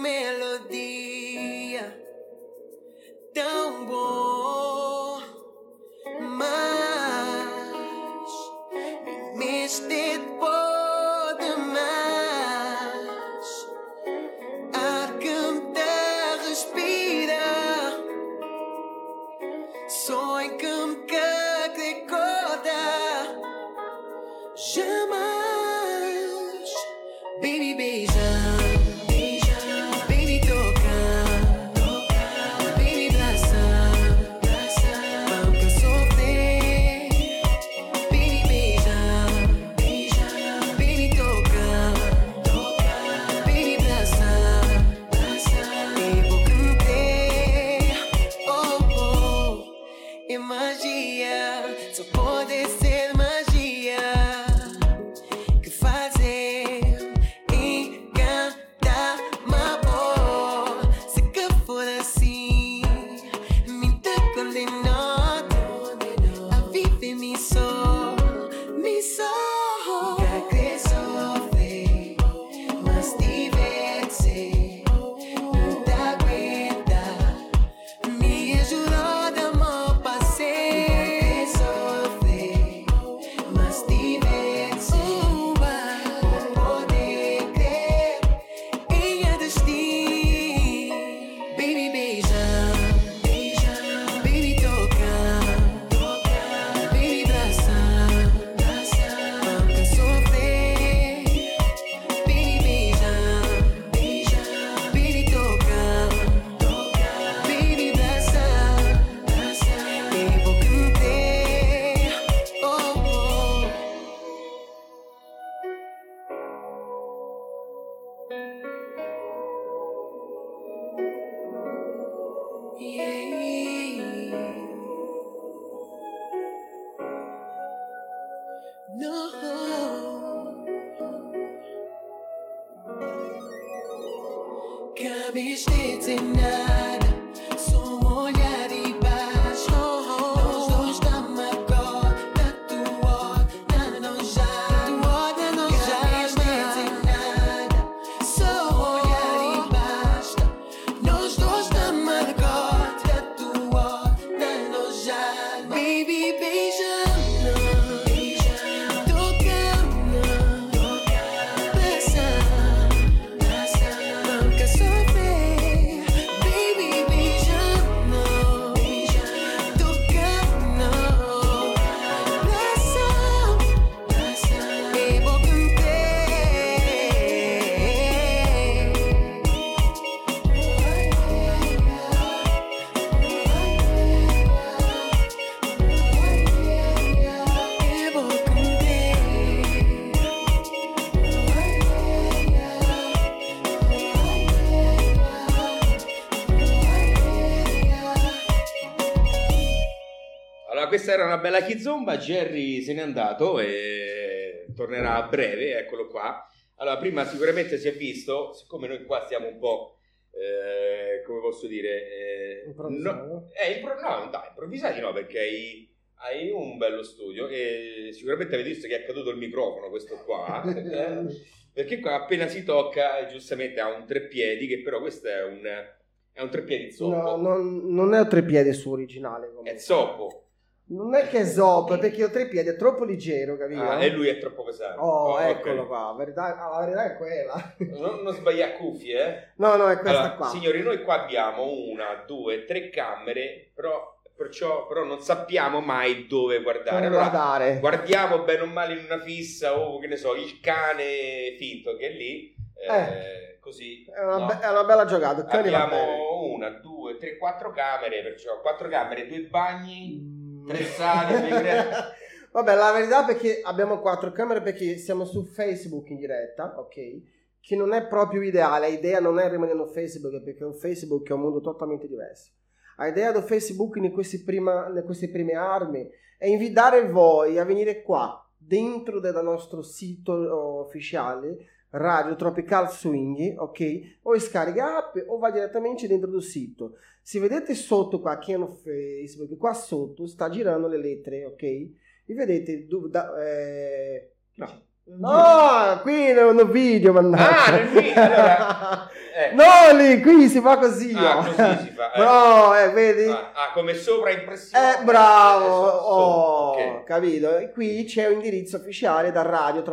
melodia tão bom, demais, neste pó demais, ar que me respira, sonho que me decota, jamais, baby beija. Baby toca, baby abraça, vamos sofrer. Baby beija, baby toca, baby abraça, e vou cantar. Oh, oh, é magia, só pode ser magia que fazer encantar uma boa. Se que for assim, me dá condenado a viver me só, que sofre, mas diverte, não dá aguenta, me ajudou a dar meu passeio. Sofre, mas diverte, poder crer em a destino. Baby beija, baby toca, baby abraça, vamos sofrer. Baby beija, baby toca, baby abraça, e vou cantar. Oh, oh. No. Cabiste sem nada, só um olhar e baixo. Nós dois estamos agora, tua, não já. Cabiste sem nada, só um olhar e basta. Nós dois estamos agora, tua, não já. Baby, beija-me, toca-me, beija-me, nunca sofrer. Baby, beija-me, toca-me, beija-me, e vou Allora, questa era una bella kizomba. Jerry se n'è andato e tornerà a breve, eccolo qua. Allora, prima sicuramente si è visto, siccome noi qua stiamo un po', come posso dire, Improvvisando? no, dai, improvvisati no, perché hai un bello studio e sicuramente avete visto che è caduto il microfono, questo qua, perché qua appena si tocca, giustamente ha un treppiedi, che però questo è un treppiedi zoppo. No, non è un treppiede su originale. È Comunque. zoppo. Non è che è zoppo, perché il treppiede è troppo leggero, capito? E lui è troppo pesante. Oh, ok. eccolo qua, la verità è quella. Non sbagliare cuffie, eh? No, è questa Allora, qua. signori, noi qua abbiamo 1, 2, 3 camere, però non sappiamo mai dove guardare. Come Allora, guardare? guardiamo bene o male in una fissa o che ne so, il cane finto che è lì, così. È una bella giocata. il cane va bene. Abbiamo 1, 2, 3, 4 camere, perciò 4 camere, 2 bagni, 3 sale, Vabbè, la verità è perché abbiamo 4 camere perché siamo su Facebook in diretta, ok? Che non è proprio ideale, l'idea non è rimanere su Facebook perché Facebook è un mondo totalmente diverso. L'idea di Facebook in queste prime armi è invitare voi a venire qua, dentro del nostro sito ufficiale, Radio Tropical Swing, ok? O scarica app o vai direttamente dentro del sito. Se vedete sotto qua, che è no Facebook, qua sotto sta girando le lettere, ok? E vedete, No, qui non ho video, mannaggia. Ah, nel video, allora... No, lì, qui si fa così. Ah, così si fa. No, vedi? Come sovraimpressione. Bravo. Ok. Capito? E qui c'è un indirizzo ufficiale da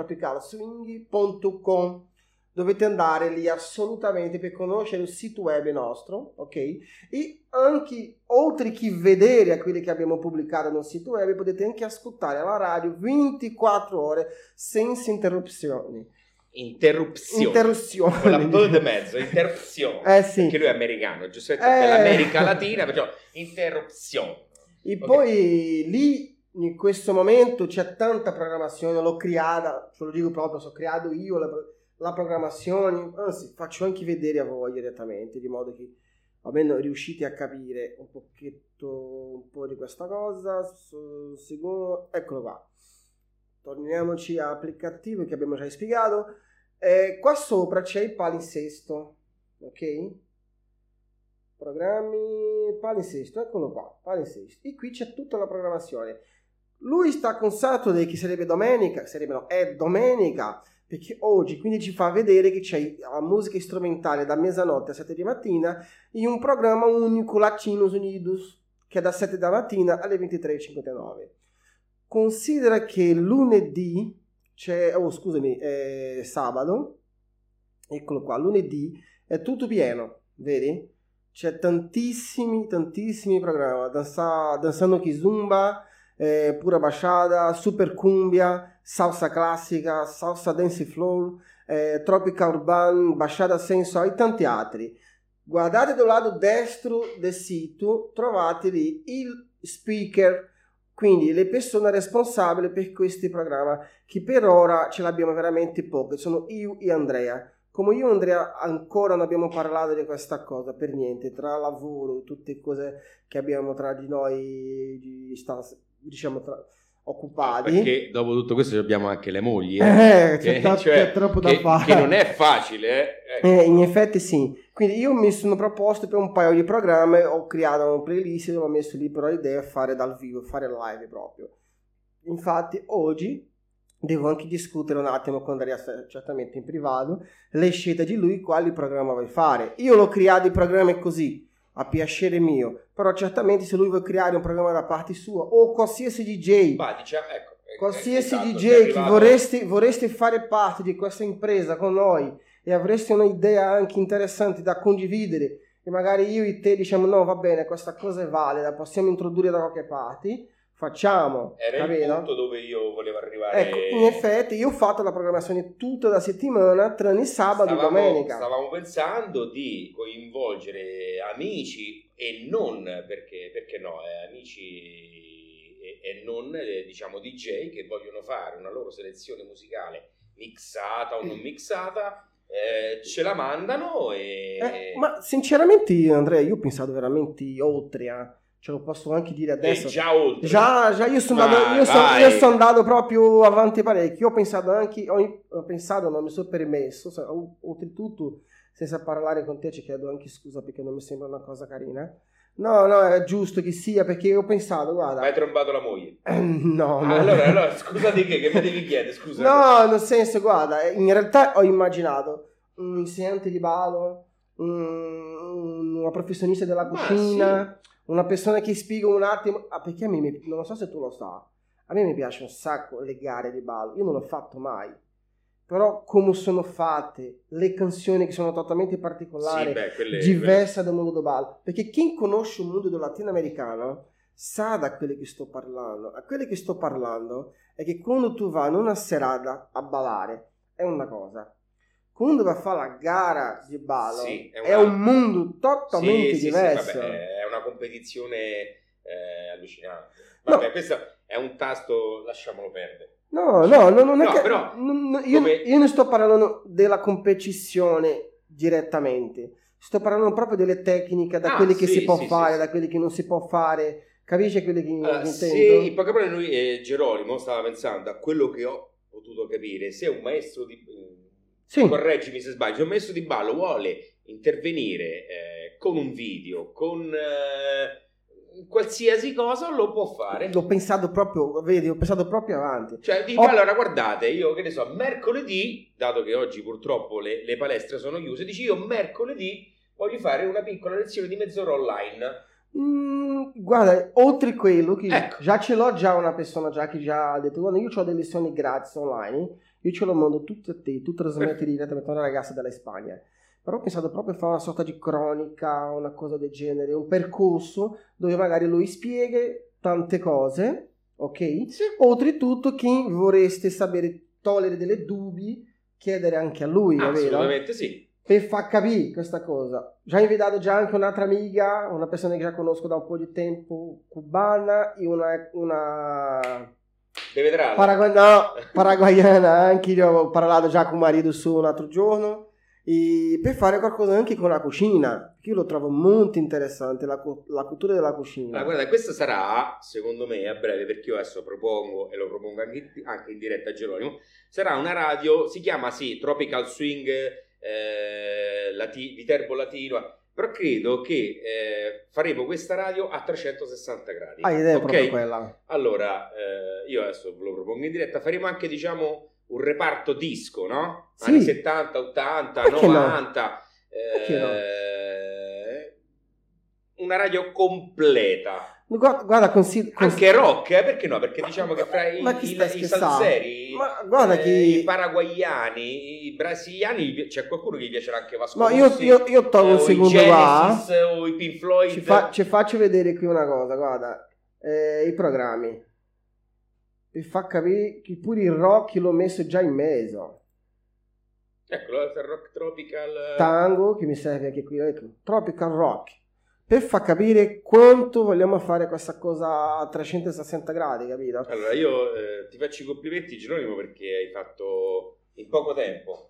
radiotropicalswing.com. Dovete andare lì assolutamente per conoscere il sito web nostro, ok? E anche, oltre che vedere a quelli che abbiamo pubblicato nel sito web, potete anche ascoltare la radio 24 ore senza interruzioni. Interruzioni. Con la P di mezzo, interruzione. Sì. Perché lui è americano, giustamente dell'America Latina, perciò interruzione. E poi lì, in questo momento, c'è tanta programmazione, l'ho creata, ce lo dico proprio, so creato io la programmazione, anzi faccio anche vedere a voi direttamente, di modo che almeno riuscite a capire un po' di questa cosa. Sicuro, eccolo qua. Torniamoci all'applicativo che abbiamo già spiegato. Qua sopra c'è il palinsesto, ok? Programmi, palinsesto, eccolo qua, palinsesto. E qui c'è tutta la programmazione. Lui sta con Saturday, che sarebbe domenica, è domenica, perché oggi quindi ci fa vedere che c'è la musica strumentale da mezzanotte a 7 di mattina in un programma unico Latinos Unidos che è da 7 della mattina alle 23:59. Considera che lunedì c'è, sabato, eccolo qua, lunedì è tutto pieno, vedi? C'è tantissimi programmi, danzando kizumba, pura bachata, super cumbia, salsa classica, salsa dance floor, tropical urban, bachata sensual e tanti altri. Guardate dal lato destro del sito, trovate lì il speaker, quindi le persone responsabili per questi programmi, che per ora ce l'abbiamo veramente poche, sono io e Andrea. Come io e Andrea ancora non abbiamo parlato di questa cosa per niente, tra lavoro, tutte cose che abbiamo tra di noi, occupati. Perché dopo tutto questo abbiamo anche le mogli. C'è troppo da fare. Che non è facile. In effetti sì. Quindi io mi sono proposto per un paio di programmi, ho creato una playlist e ho messo lì però l'idea di fare dal vivo, fare live proprio. Infatti oggi devo anche discutere un attimo con Andrea, certamente in privato, le scelte di lui, quali programma vuoi fare. Io l'ho creato i programmi così, a piacere mio, però certamente se lui vuole creare un programma da parte sua o qualsiasi DJ, qualsiasi DJ che vorreste fare parte di questa impresa con noi e avreste un'idea anche interessante da condividere e magari io e te diciamo no va bene, questa cosa è valida, possiamo introdurre da qualche parte, facciamo. Era capito? Il punto dove io volevo arrivare. Ecco, in effetti io ho fatto la programmazione tutta la settimana tranne sabato e domenica. Stavamo pensando di coinvolgere amici e non, perché no, amici e non diciamo DJ che vogliono fare una loro selezione musicale mixata o non mixata, ce la mandano e... ma sinceramente Andrea, io ho pensato veramente oltre ce lo posso anche dire adesso. Già oltre. Già io sono andato proprio avanti parecchio. Ho pensato, non mi sono permesso. Oltretutto, senza parlare con te, ci chiedo anche scusa perché non mi sembra una cosa carina. No, è giusto che sia perché ho pensato, guarda. Ma hai trombato la moglie? No. Allora, scusa di che mi devi chiedere, scusa. No, nel senso, guarda, in realtà ho immaginato un insegnante di ballo, una professionista della cucina. Sì. Una persona che spiega un attimo, perché a me, non so se tu lo sai, a me mi piace un sacco le gare di ballo, io non l'ho fatto mai, però come sono fatte, le canzoni che sono totalmente particolari, diverse dal mondo del ballo, perché chi conosce il mondo del latinoamericano sa da quelli che sto parlando, a quelli che sto parlando è che quando tu vai in una serata a ballare è una cosa, quando va a fare la gara di ballo è un mondo totalmente diverso. Sì, vabbè, è una competizione allucinante. Vabbè, questo è un tasto, lasciamolo perdere. No, non è che... Però, io non sto parlando della competizione direttamente, sto parlando proprio delle tecniche, da quelli che si può fare, da quelli che non si può fare. Capisci quelli che intendo? Sì, in poche parole lui, Gerolimo, stava pensando a quello che ho potuto capire, se un maestro di... correggimi se sbaglio, se un maestro di ballo vuole intervenire con un video, con qualsiasi cosa lo può fare. L'ho pensato proprio, vedi, ho pensato proprio avanti. Cioè, dico, allora guardate, io che ne so, mercoledì, dato che oggi purtroppo le palestre sono chiuse, dici io mercoledì voglio fare una piccola lezione di mezz'ora online. Guarda, oltre quello che Ecco. già ce l'ho già una persona già che già ha detto guarda, io ho delle lezioni gratis online, io ce lo mando tutte a te, tu trasmetti direttamente a una ragazza dalla Spagna. Però ho pensato proprio a fare una sorta di cronica, una cosa del genere, un percorso dove magari lui spiega tante cose, ok? Sì. Oltretutto chi vorreste sapere, togliere delle dubbi, chiedere anche a lui, è vero? Assolutamente sì. Per far capire questa cosa. Già invitato già anche un'altra amica, una persona che già conosco da un po' di tempo, cubana, e una Deve vedrà. paraguayana anche, io ho parlato già con marito su un altro giorno, e per fare qualcosa anche con la cucina, che io lo trovo molto interessante, la cultura della cucina. Allora, guarda, questo sarà, secondo me, a breve, perché io adesso propongo, e lo propongo anche in diretta a Geronimo, sarà una radio, si chiama Tropical Swing Viterbo Latino, però credo che faremo questa radio a 360 gradi. Hai idea, ok? proprio quella. Allora, io adesso ve lo propongo in diretta, faremo anche, diciamo, un reparto disco, no? Sì. Anni 70, 80, Perché 90. Perché no? Una radio completa. Guarda, Anche rock, perché no? Perché diciamo che fra Ma chi sta i scherzando? salseri, Ma guarda i paraguayani, i brasiliani, c'è qualcuno che gli piacerà anche Vasco Ma Rossi, io tolgo un o secondo i qua. Genesis, o i Pink Floyd. Ci faccio vedere qui una cosa, guarda. I programmi. Per far capire che pure il rock l'ho messo già in mezzo. Eccolo, il rock tropical. Tango, che mi serve anche qui, ecco. Tropical rock. Per far capire quanto vogliamo fare questa cosa a 360 gradi, capito? Allora, io ti faccio i complimenti, Geronimo, perché hai fatto in poco tempo.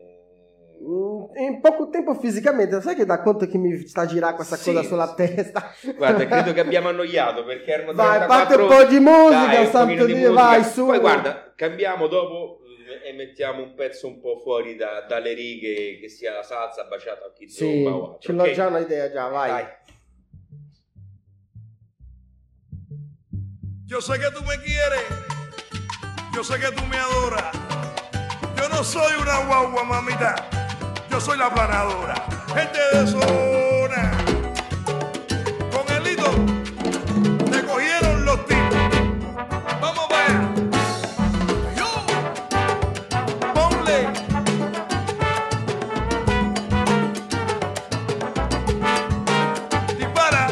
In poco tempo fisicamente, sai che da conto che mi sta a girare questa cosa sulla testa? Guarda, credo che abbiamo annoiato, perché erano Vai, 34... parte un po' di musica, Dai, un santo pochino di Dio, musica. vai, su. Poi guarda, cambiamo dopo e mettiamo un pezzo un po' fuori dalle righe, che sia la salsa baciata a chi Sì, zomba o altro, ce l'ho ok? già un'idea, già, vai. Dai. Yo sé que tú me quieres, yo sé que tú me adoras. Yo no soy una guagua, mamita, yo soy la planadora. Gente de zona, con el hito te cogieron los tipos. Vamos para allá. Yo, ponle. Dispara.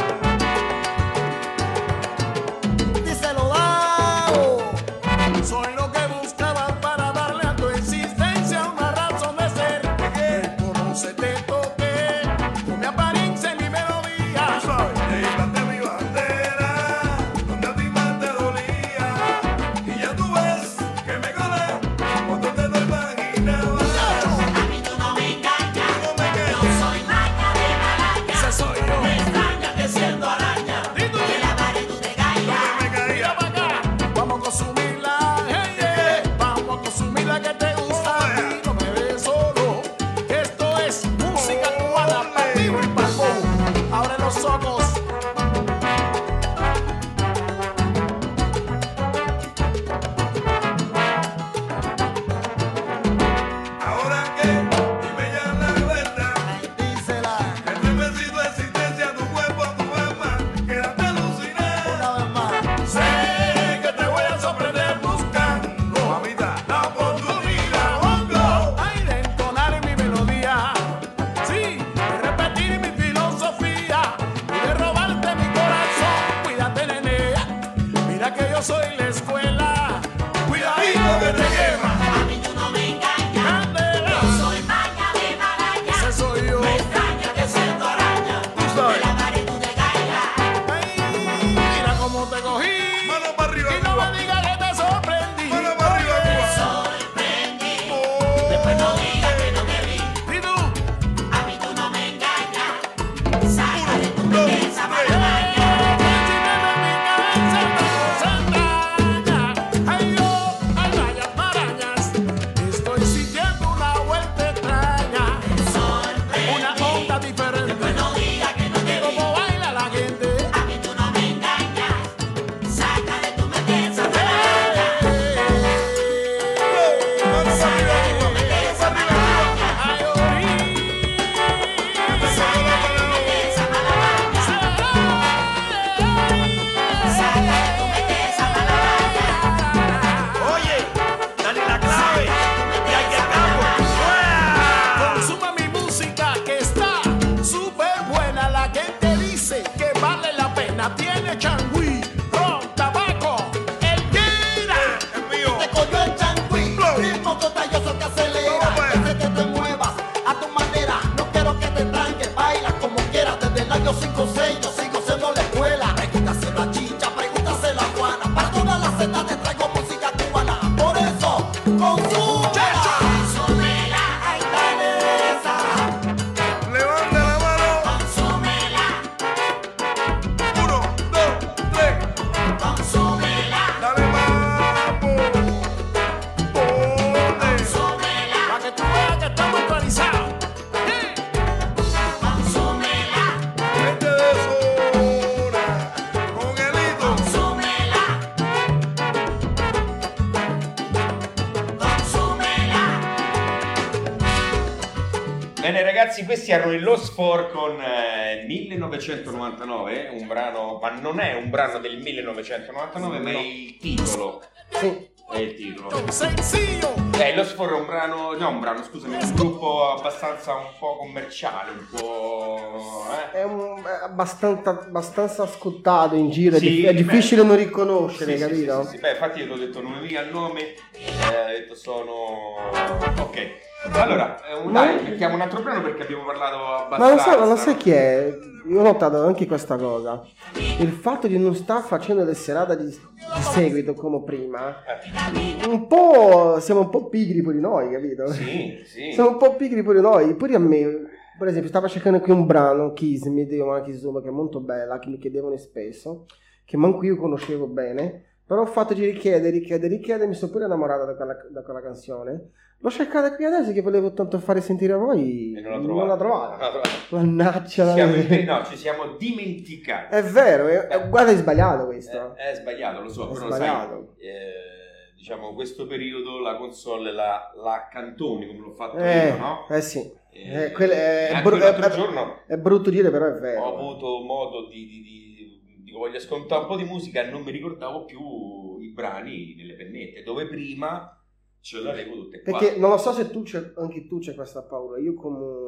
Díselo, Dao. Soy lo que buscaban para darle a tu existencia una razón de ser. Reconoce, te toqué con mi apariencia y mi melodía. Tú sabes, te llevaste mi bandera, donde a ti más te dolía. Y ya tú ves que me colé, por donde no imaginaba. A mí tú no me engañas, No me yo quedes. soy maña de malaña. Ese soy yo. Me extraña que siendo araña, ¿Y tú? de la pared tú te caigas. Me caía. Mira pa' acá, vamos a consumirla, hey, yeah. Vamos a consumirla que te gusta a ti, no me ves solo. Esto es música cubana, para ti y para el boom. Abre los ojos. Ahora que dime ya la verdad, Dísela estremecido existencia, tu cuerpo, tu alma, quédate alucinada. una vez más. Sé que te voy a sorprender buscando, mamita, la oportunidad. Hongo. Ay, de entonar mi melodía, sí, de repetir mi filosofía y de robarte mi corazón. Cuídate, nene, mira que yo soy la escuela. Cuidadito que te quema. A mí tú no me engañas, Candela, yo soy maña de malaña. ese soy yo. Me extraña que siendo araña, Tú de sabes. la pared tú te caigas. Ay, mira cómo te cogí. Mano para arriba, Y no Cuba. me digas que te sorprendí. Mano para arriba, Cuba. Sorprendí, Oh. después no digas que no te vi. ¿Y tú? A mí tú no me engañas, saca de tu Dos, mente esa tres. malaña. Ay, yo, ay, rayas, marañas. Estoy sintiendo una vuelta extraña. Una onda diferente. Después no digas que no te vi. Como baila la gente. A mí tú no me Bene ragazzi, questi erano i Los Four con 1999, un brano, ma non è un brano del 1999, ma è il titolo. Sì. È il titolo. Los Four è un brano, no un brano, scusami, un gruppo abbastanza un po' commerciale, un po'... È abbastanza ascoltato in giro, Sì, è difficile beh, non riconoscere, sì, capito? Sì. Beh, infatti io ti ho detto non mi al nome, ho detto sono... Ok. Allora, dai, mettiamo un altro brano perché abbiamo parlato abbastanza. Ma lo sai chi è? Io ho notato anche questa cosa. Il fatto di non star facendo le serate di seguito come prima, un po' siamo un po' pigri pure noi, capito? Sì. Siamo un po' pigri pure noi. Pure a me, per esempio, stavo cercando qui un brano, Kiss Me di Yomana Kizuma, che è molto bella, che mi chiedevano spesso, che manco io conoscevo bene. Però ho fatto di richiedere, mi sono pure innamorato da quella canzone. L'ho cercata qui adesso che volevo tanto fare sentire a voi. E non l'ho trovata. Mannaggia. Ci siamo dimenticati. È vero, guarda, è sbagliato questo. È sbagliato, lo so, È però sbagliato. sai, diciamo questo periodo la console la accantoni come l'ho fatto io, no? Sì. Anche l'altro giorno è brutto dire, però è vero. ho avuto modo di voglio ascoltare un po' di musica e non mi ricordavo più i brani nelle pennette, dove prima ce l'avevo tutte qua. Perché non lo so se anche tu c'è questa paura. Io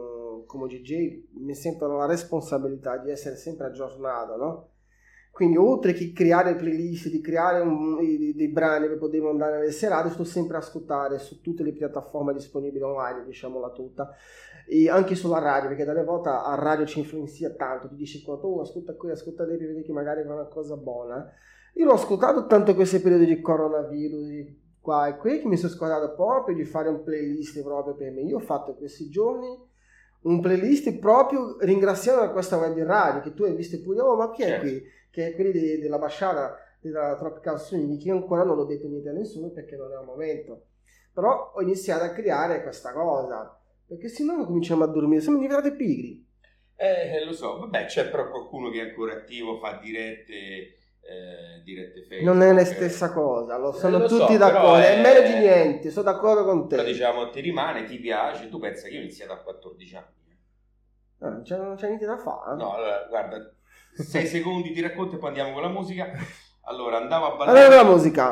come DJ mi sento la responsabilità di essere sempre aggiornato, no? Quindi oltre che creare playlist, di creare dei brani per poter andare nelle serate, sto sempre a ascoltare su tutte le piattaforme disponibili online, diciamola tutta, e anche sulla radio, perché dalle volte a radio ci influenzia tanto, ti dice ascolta qui, ascolta lì, per vedere che magari fa una cosa buona. Io l'ho ascoltato tanto questo periodo di coronavirus, qua e qui, che mi sono scordato proprio di fare un playlist proprio per me. Io ho fatto questi giorni un playlist proprio ringraziando questa web di radio, che tu hai visto pure, ma chi è qui? Che è quelli della Basciata, della Tropical Swing, che io ancora non l'ho detto niente a nessuno perché non è il momento. Però ho iniziato a creare questa cosa, perché se no cominciamo a dormire, siamo diventati pigri. Lo so, vabbè, c'è però qualcuno che è ancora attivo, fa dirette Facebook. Non è la stessa cosa, sono lo tutti so, d'accordo, però è meno di niente, sono d'accordo con te. Però diciamo, ti rimane, ti piace, tu pensa che io ho iniziato a 14 anni. Non c'è niente da fare. No, allora, guarda, 6 secondi ti racconto e poi andiamo con la musica. Allora, andavo a ballare. Allora la musica.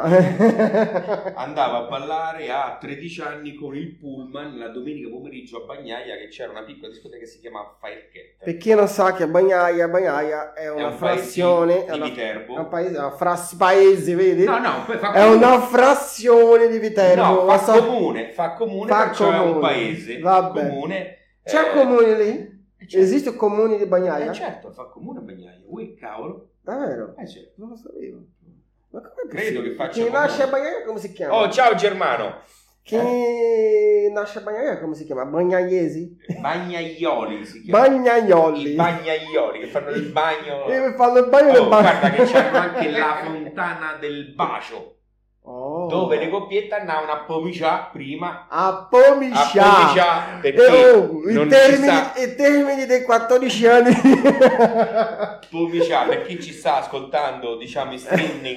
Andavo a ballare a 13 anni con il pullman la domenica pomeriggio a Bagnaia, che c'era una piccola discoteca che si chiama Firecat. Per chi non sa che Bagnaia è una frazione di Viterbo. È un paese, vedi? No, poi fa è una frazione di Viterbo. No, fa comune, perciò è un paese. Vabbè. Comune. C'è un comune lì? Certo. Esiste un comune di Bagnaia? Certo, fa comune a Bagnaia. Ui, cavolo. Davvero? Certo. Non lo sapevo. Ma come credo che faccia. Chi nasce a Bagnaia come si chiama? Oh, ciao Germano. Chi nasce a Bagnaia come si chiama? Bagnaiesi? Bagnaioli si chiama. Bagnaioli. I bagnaioli che fanno il bagno. Fanno il bagno del bagno. Guarda che c'hanno anche la fontana del bacio. Oh. Dove le coppiette andavano a pomicià prima. A pomicià perché i termini dei 14 anni. Pomicià, per chi ci sta ascoltando, diciamo in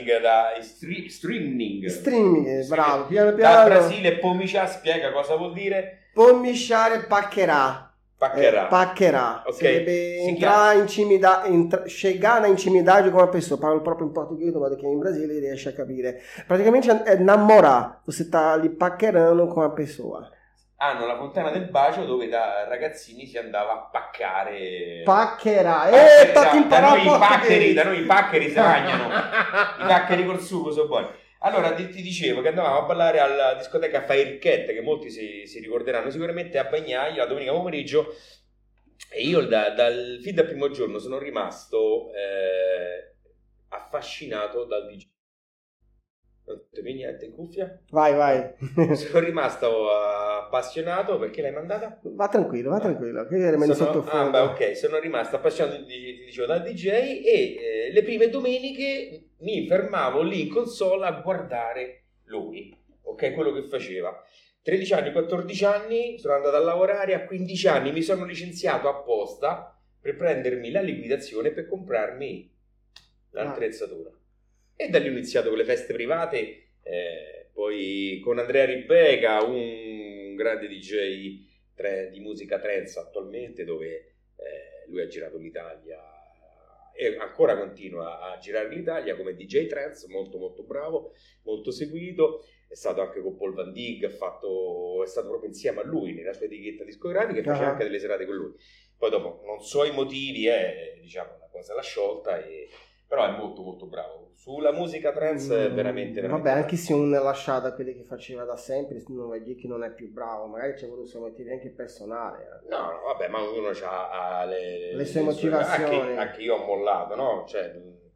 streaming, bravo, piano da Brasile. Pomicià spiega cosa vuol dire. Pomiciare paccherà. Paccherà. Ok. Sarebbe entrare scegare una intimidade con una persona. Parlo proprio in portoghese, ma che in Brasile riesce a capire. Praticamente è innamorare, você sta lì paccherando con una persona. Hanno la fontana del bacio dove da ragazzini si andava a paccare. Paccherà. Da noi i paccheri si bagnano. I paccheri col sugo sono buoni. Allora ti dicevo che andavamo a ballare alla discoteca Firecat, che molti si ricorderanno sicuramente, a Bagnaia la domenica pomeriggio, e io fin dal primo giorno sono rimasto affascinato dal DJ. Non ti più niente in cuffia? Vai. Sono rimasto appassionato. Perché l'hai mandata? Va tranquillo, che rimane sottofondo. Ok, sono rimasto appassionato, ti dicevo, dal DJ, e le prime domeniche mi fermavo lì in console a guardare lui, ok, quello che faceva. 13 anni, 14 anni, sono andato a lavorare, a 15 anni mi sono licenziato apposta per prendermi la liquidazione per comprarmi l'attrezzatura. E da lì ho iniziato con le feste private, poi con Andrea Ribega, un grande DJ di musica trance attualmente, dove lui ha girato l'Italia e ancora continua a girare l'Italia come DJ trance, molto molto bravo, molto seguito. È stato anche con Paul Van Dyk, è stato proprio insieme a lui nella sua etichetta discografica e faceva anche delle serate con lui. Poi dopo non so i motivi, diciamo la cosa l'ha sciolta, però è molto molto bravo. Sulla musica trance è veramente vabbè, anche se non è lasciato a quelli che faceva da sempre, non vuol dire che non è più bravo, magari c'è voluto suoi motivi anche personali. No, vabbè, ma ognuno ha le sue motivazioni. Anche io ho mollato, no? Cioè,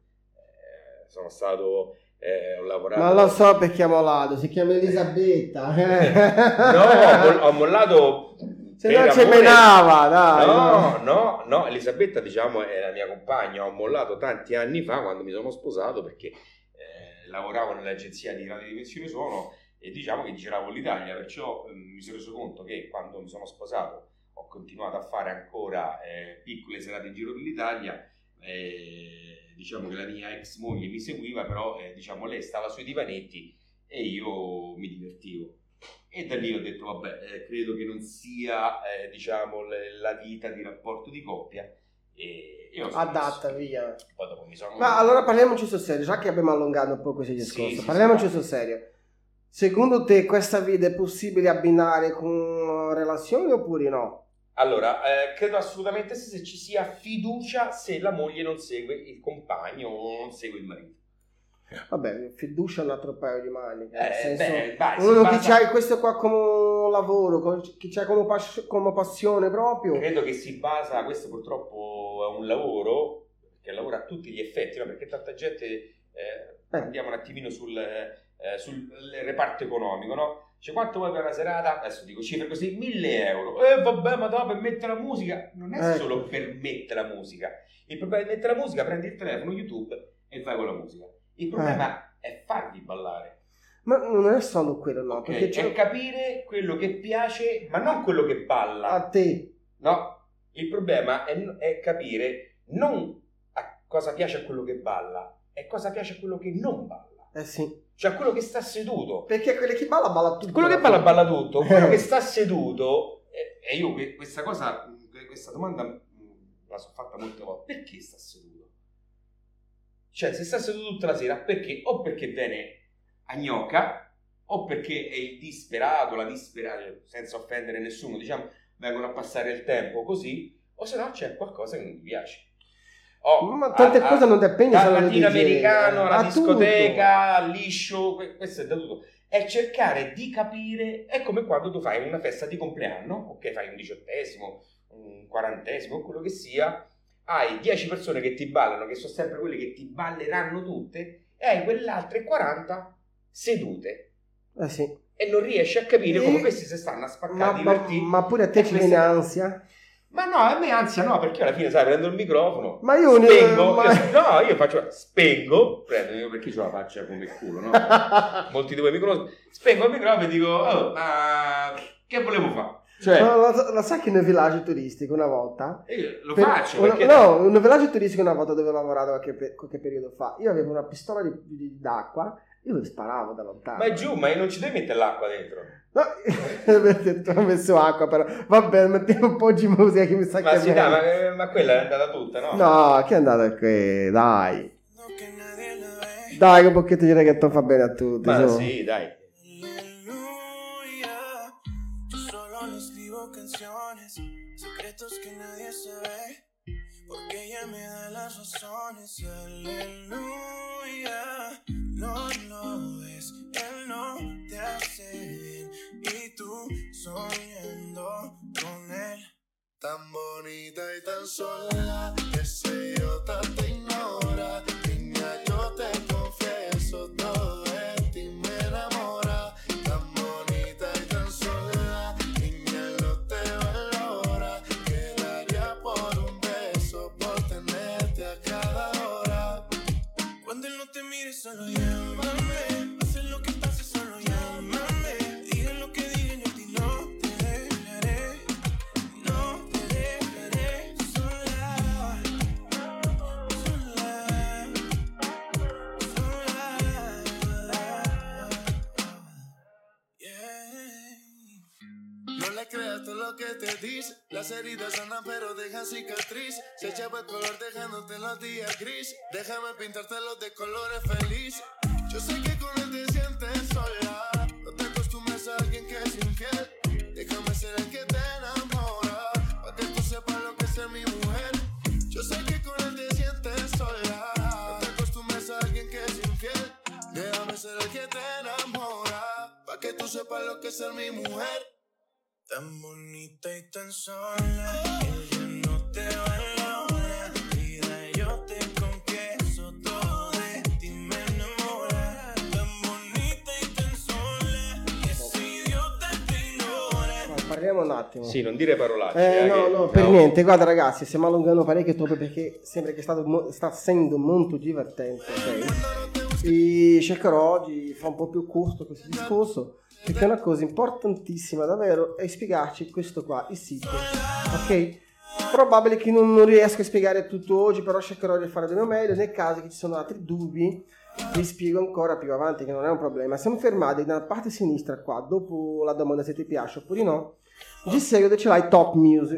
sono stato... ho lavorato... Ma lo so perché ha mollato, si chiama Elisabetta. No, ho mollato... Se non ci menava, dai. No, Elisabetta, diciamo, è la mia compagna. Ho mollato tanti anni fa quando mi sono sposato, perché lavoravo nell'agenzia di radiodimensione suono e diciamo che giravo l'Italia, perciò mi sono reso conto che quando mi sono sposato ho continuato a fare ancora piccole serate in giro per l'Italia. Diciamo che la mia ex moglie mi seguiva, però diciamo lei stava sui divanetti e io mi divertivo. E da lì ho detto vabbè, credo che non sia diciamo la vita di rapporto di coppia, e io adatta via. Poi dopo mi sono... Ma allora parliamoci sul serio, già che abbiamo allungato un po' questi discorsi, sì, parliamoci sul serio. Secondo te questa vita è possibile abbinare con relazioni oppure no? Allora, credo assolutamente se ci sia fiducia, se la moglie non segue il compagno o non segue il marito. Vabbè, fiducia è un altro paio di maniche, nel senso, vai, uno che c'ha questo qua come lavoro, che c'ha come passione proprio. Credo che si basa, questo purtroppo è un lavoro, che lavora a tutti gli effetti, no? Perché tanta gente, andiamo un attimino sul reparto economico, no? Cioè, quanto vuoi per una serata? Adesso dico cifre così, 1.000 euro. Vabbè, ma no, per mettere la musica. Non è solo per mettere la musica. Il problema di mettere la musica, prendi il telefono, YouTube e vai con la musica. Il problema è farli ballare. Ma non è solo quello, no. Okay. Perché è capire quello che piace, ma non quello che balla. A te. No, il problema è capire non a cosa piace a quello che balla, è cosa piace a quello che non balla. Sì. Cioè a quello che sta seduto. Perché quello che balla tutto. Quello che balla tutto. Quello che sta seduto, e io questa domanda la so fatta molte volte. Perché sta seduto? Cioè, se sta seduto tutta la sera, perché? O perché viene a gnocca, o perché è il disperato, la disperata, senza offendere nessuno, diciamo, vengono a passare il tempo così, o se no c'è qualcosa che non ti piace. Ma tante cose non dipende dal latinoamericano alla discoteca, al liscio, questo è da tutto. È cercare di capire, è come quando tu fai una festa di compleanno, ok, fai un 18esimo, un 40esimo, quello che sia, hai 10 persone che ti ballano, che sono sempre quelle che ti balleranno tutte, e hai quelle altre 40 sedute. Sì. E non riesci a capire come questi si stanno a spaccare, divertiti. Ma pure a te ci viene ansia? Ma no, a me ansia no, perché alla fine, sai, prendo il microfono, ma io spengo, io faccio, spengo, prendo, perché c'ho la faccia come il culo, no? Molti di voi mi conoscono, spengo il microfono e dico, ma che volevo fare? Cioè, lo sai che nel villaggio turistico una volta lo faccio perché un villaggio turistico una volta dove ho lavorato qualche periodo fa, io avevo una pistola d'acqua, io le sparavo da lontano. Ma è giù, ma non ci devi mettere l'acqua dentro? No, perché tu hai messo acqua, però vabbè, mettiamo un po' di musica che mi sa che sì, dai, ma quella è andata tutta, no? No, che è andata qui, dai che un pocchetto di reggaeton fa bene a tutti. Ma sì, dai. Canciones, secretos que nadie sabe, porque ella me da las razones. Aleluya, no lo ves, él no te hace bien, y tú soñando con él. Tan bonita y tan sola, ese idiota te ignora. Niña, yo te confieso, todo de ti me enamora. Tan bonita y tan sola, solo llámame, haz lo que pase, solo llámame. Digan lo que digan, yo a ti no te dejaré, no te dejaré sola, sola. creas todo lo que te dice. Las heridas sanan pero dejan cicatriz. Se echa el color dejándote en los días gris. Déjame pintártelo de colores felices. Yo sé que con él te sientes sola. No te acostumbres a alguien que es infiel. Déjame ser el que te enamora, pa' que tú sepas lo que es ser mi mujer. Yo sé que con él te sientes sola. No te acostumbres a alguien que es infiel. Déjame ser el que te enamora, pa' que tú sepas lo que es ser mi mujer. Tan bonita y tan sola, que ella no te valora. Vida, yo te confieso, todo de ti me enamora. Tan bonita y tan sola, che si idiota ti ignora. Parliamo un attimo. Sì, non dire parolacce. No, per niente. Guarda ragazzi, stiamo allungando parecchio proprio perché sembra che sta essendo molto divertente, ok? E cercherò di fare un po' più corto questo discorso, perché una cosa importantissima davvero è spiegarci questo qua, il sito, ok? Probabile che non riesco a spiegare tutto oggi, però cercherò di fare del mio meglio. Nel caso che ci sono altri dubbi vi spiego ancora più avanti, che non è un problema. Siamo fermati nella parte sinistra qua, dopo la domanda se ti piace oppure no. Di seguito ce l'hai Top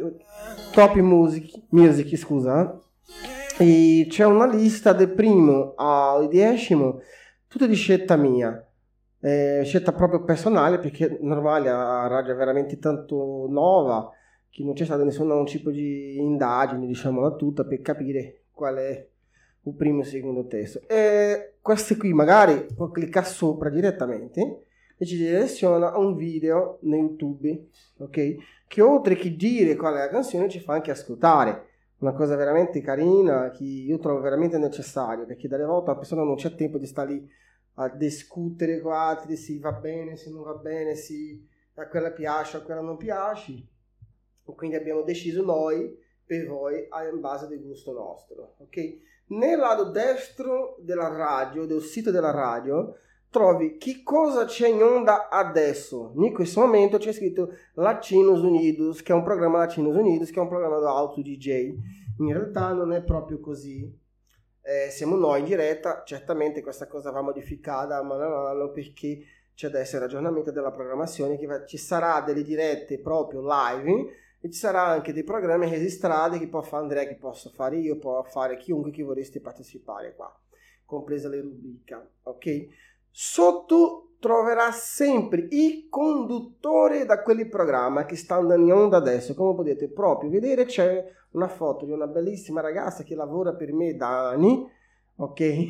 Music, scusa. E c'è una lista del primo al 10º, tutto di scelta mia. Scelta proprio personale, perché normale la radio è veramente tanto nuova che non c'è stato nessun tipo di indagine, diciamola tutta, per capire qual è il primo e il secondo testo. Queste qui magari può cliccare sopra direttamente e ci direziona a un video su YouTube, ok? Che oltre che dire qual è la canzone ci fa anche ascoltare. Una cosa veramente carina che io trovo veramente necessario, perché dalle volte la persona non c'è tempo di stare lì a discutere con altri se va bene, se non va bene, se a quella piace, a quella non piace. Quindi abbiamo deciso noi per voi in base del gusto nostro, ok? Nel lato destro della radio, del sito della radio, trovi che cosa c'è in onda adesso. In questo momento c'è scritto Latinos Unidos, che è un programma Latinos Unidos, che è un programma da auto DJ. In realtà non è proprio così. Siamo noi in diretta, certamente questa cosa va modificata mano a mano perché c'è da essere aggiornamento della programmazione, che ci sarà delle dirette proprio live e ci sarà anche dei programmi registrati che può fare Andrea, che posso fare io, può fare chiunque che vorreste partecipare qua, compresa le rubriche, ok? Sotto troverà sempre i conduttori da quel programma che sta andando in onda adesso. Come potete proprio vedere c'è una foto di una bellissima ragazza che lavora per me da anni, ok?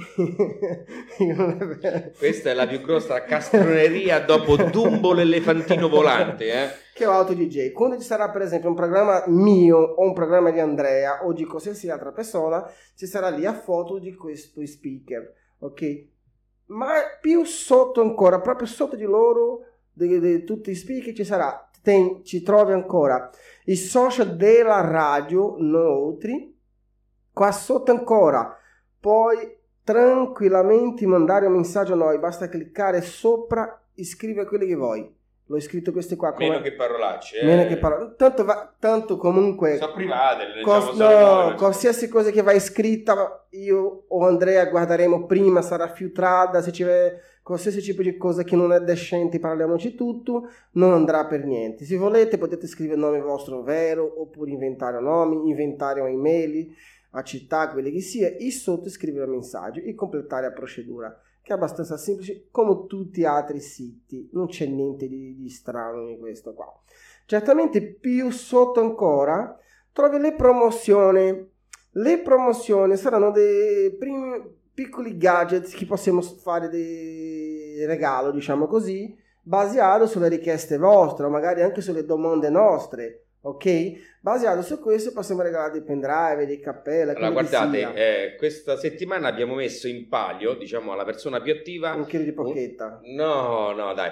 Questa è la più grossa castroneria dopo Dumbo l'elefantino volante, che è auto DJ. Quando ci sarà per esempio un programma mio o un programma di Andrea o di qualsiasi altra persona, ci sarà lì a foto di questo speaker, ok? Ma più sotto ancora, proprio sotto di loro, di tutti i speaker, ci trovi ancora i social della radio, noi, qua sotto ancora puoi tranquillamente mandare un messaggio a noi, basta cliccare sopra, iscrivere quelli che vuoi. L'ho scritto queste qua come... meno che parolacce, meno che tanto comunque sono private, le leggiamo qualsiasi cosa che va iscritta io o Andrea guarderemo prima, sarà filtrata, se c'è qualsiasi tipo di cosa che non è decente parliamoci tutto, non andrà per niente. Se volete potete scrivere il nome vostro vero oppure inventare nomi, inventare un'email a città, quelli che sia, e sotto scrivere un messaggio e completare la procedura, che è abbastanza semplice come tutti gli altri siti, non c'è niente di strano in questo qua. Certamente più sotto ancora trovi le promozioni. Le promozioni saranno dei primi piccoli gadget che possiamo fare di regalo, diciamo così, basato sulle richieste vostre o magari anche sulle domande nostre. Ok? Basato su questo possiamo regalare dei pendrive, dei cappelle. Allora guardate, questa settimana abbiamo messo in palio, diciamo, alla persona più attiva un chilo di pocchetta. No, dai,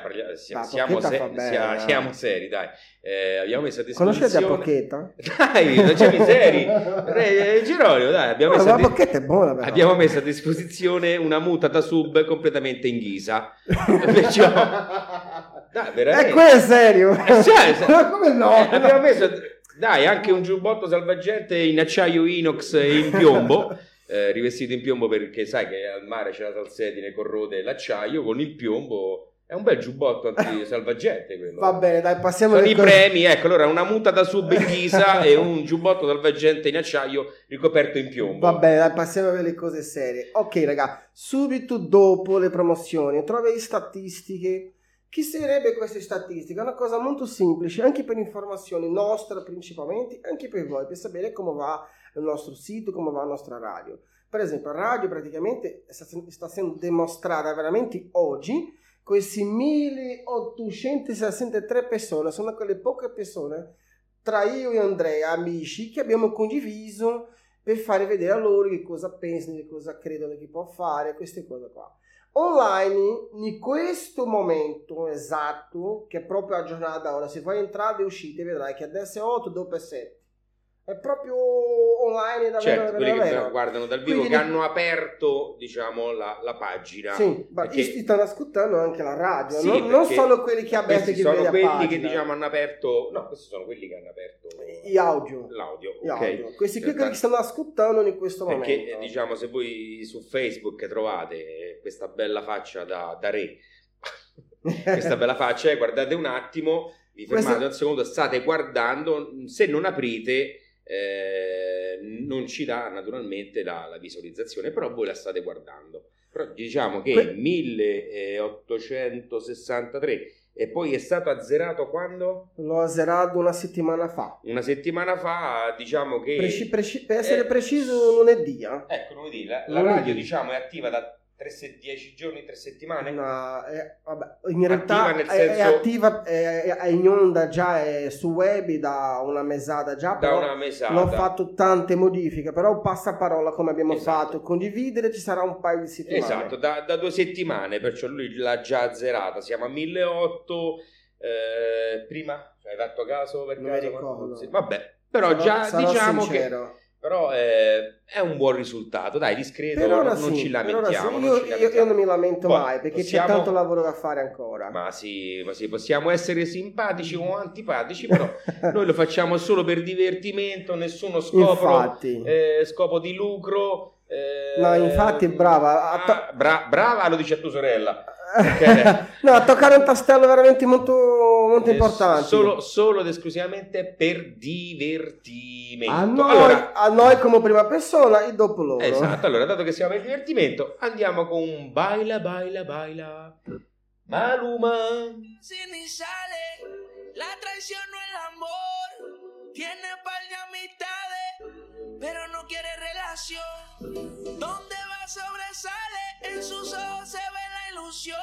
siamo seri, dai. Abbiamo messo a disposizione. Conoscete la pocchetta? Dai, non c'è miseri. Geronimo, dai, la pocchetta è buona però. Abbiamo messo a disposizione una muta da sub completamente in ghisa. Perciò dai, veramente. Quello è serio. Come no? Abbiamo messo dai anche un giubbotto salvagente in acciaio inox e in piombo, rivestito in piombo, perché sai che al mare c'è la salsedine, corrode l'acciaio, con il piombo È un bel giubbotto anti-salvagente quello. Va bene, dai, passiamo Sono alle i cose- premi, ecco, allora una muta da sub in ghisa e un giubbotto salvagente in acciaio ricoperto in piombo. Va bene, dai, passiamo alle cose serie. Ok, raga, subito dopo le promozioni trovi statistiche. Chi sarebbe queste statistiche? È una cosa molto semplice, anche per informazioni nostre principalmente, anche per voi, per sapere come va il nostro sito, come va la nostra radio. Per esempio, la radio praticamente sta essendo dimostrata veramente oggi. Questi 1863 persone sono quelle poche persone, tra io e Andrea, amici, che abbiamo condiviso per fare vedere a loro che cosa pensano, che cosa credono che può fare, queste cose qua. Online, in questo momento esatto, che è proprio la giornata ora, se vuoi entrare e uscire vedrai che adesso è 8, dopo è 7. È proprio online davvero, Certo, quelli che davvero. guardano dal vivo, Quindi- che hanno aperto, diciamo, la pagina. Sì, ma Perché- stanno ascoltando anche la radio, Sì, non perché solo quelli che aperto questi che sono vedi a quelli pagina. che, diciamo, hanno aperto... No, questi sono quelli che hanno aperto Gli audio. l'audio, Gli ok? audio. Questi qui Certo. quelli che stanno ascoltando in questo Perché, momento. diciamo, se voi su Facebook trovate questa bella faccia da re, questa bella faccia, guardate un attimo, vi fermate Questo- un secondo, state guardando, se non aprite non ci dà naturalmente la visualizzazione, però voi la state guardando. Però diciamo che 1863 e poi è stato azzerato quando? L'ho azzerato una settimana fa. Una settimana fa, diciamo che... Per essere preciso, lunedì. Ecco, lunedì, la Lunedì. radio diciamo è attiva da 10 giorni, 3 settimane? No, vabbè, in realtà Attiva nel è senso- attiva, è in onda già, è su web da una mesata già, Da però una mesata. non ho fatto tante modifiche, però passaparola come abbiamo Esatto. fatto, condividere ci sarà un paio di settimane. Esatto, da 2 settimane, perciò lui l'ha già azzerata. Siamo a 1800. Prima hai fatto caso? Per Non caso? mi ricordo. Sì, vabbè, però Sarò- già sarò diciamo sincero. che però è un buon risultato, dai, discreto, Per ora non sì, ci per ora lamentiamo. sì. non ci Io lamentiamo. non mi lamento Poi mai perché possiamo- c'è tanto lavoro da fare ancora. Ma sì, possiamo essere simpatici o antipatici, però noi lo facciamo solo per divertimento, nessuno Infatti. scopo di lucro. No, infatti, brava. Brava, lo dice a tua sorella. No, a toccare un tastello veramente molto, molto importante. Solo ed esclusivamente per divertimento. A noi come prima persona e dopo loro. Esatto, allora dato che siamo per divertimento, andiamo con un baila, baila, baila. Maluma. Si ni sale, la traición no el amor. Tiene par de amistades, pero no quiere relación. Donde va sobresale, en sus ojos se ve la ilusión.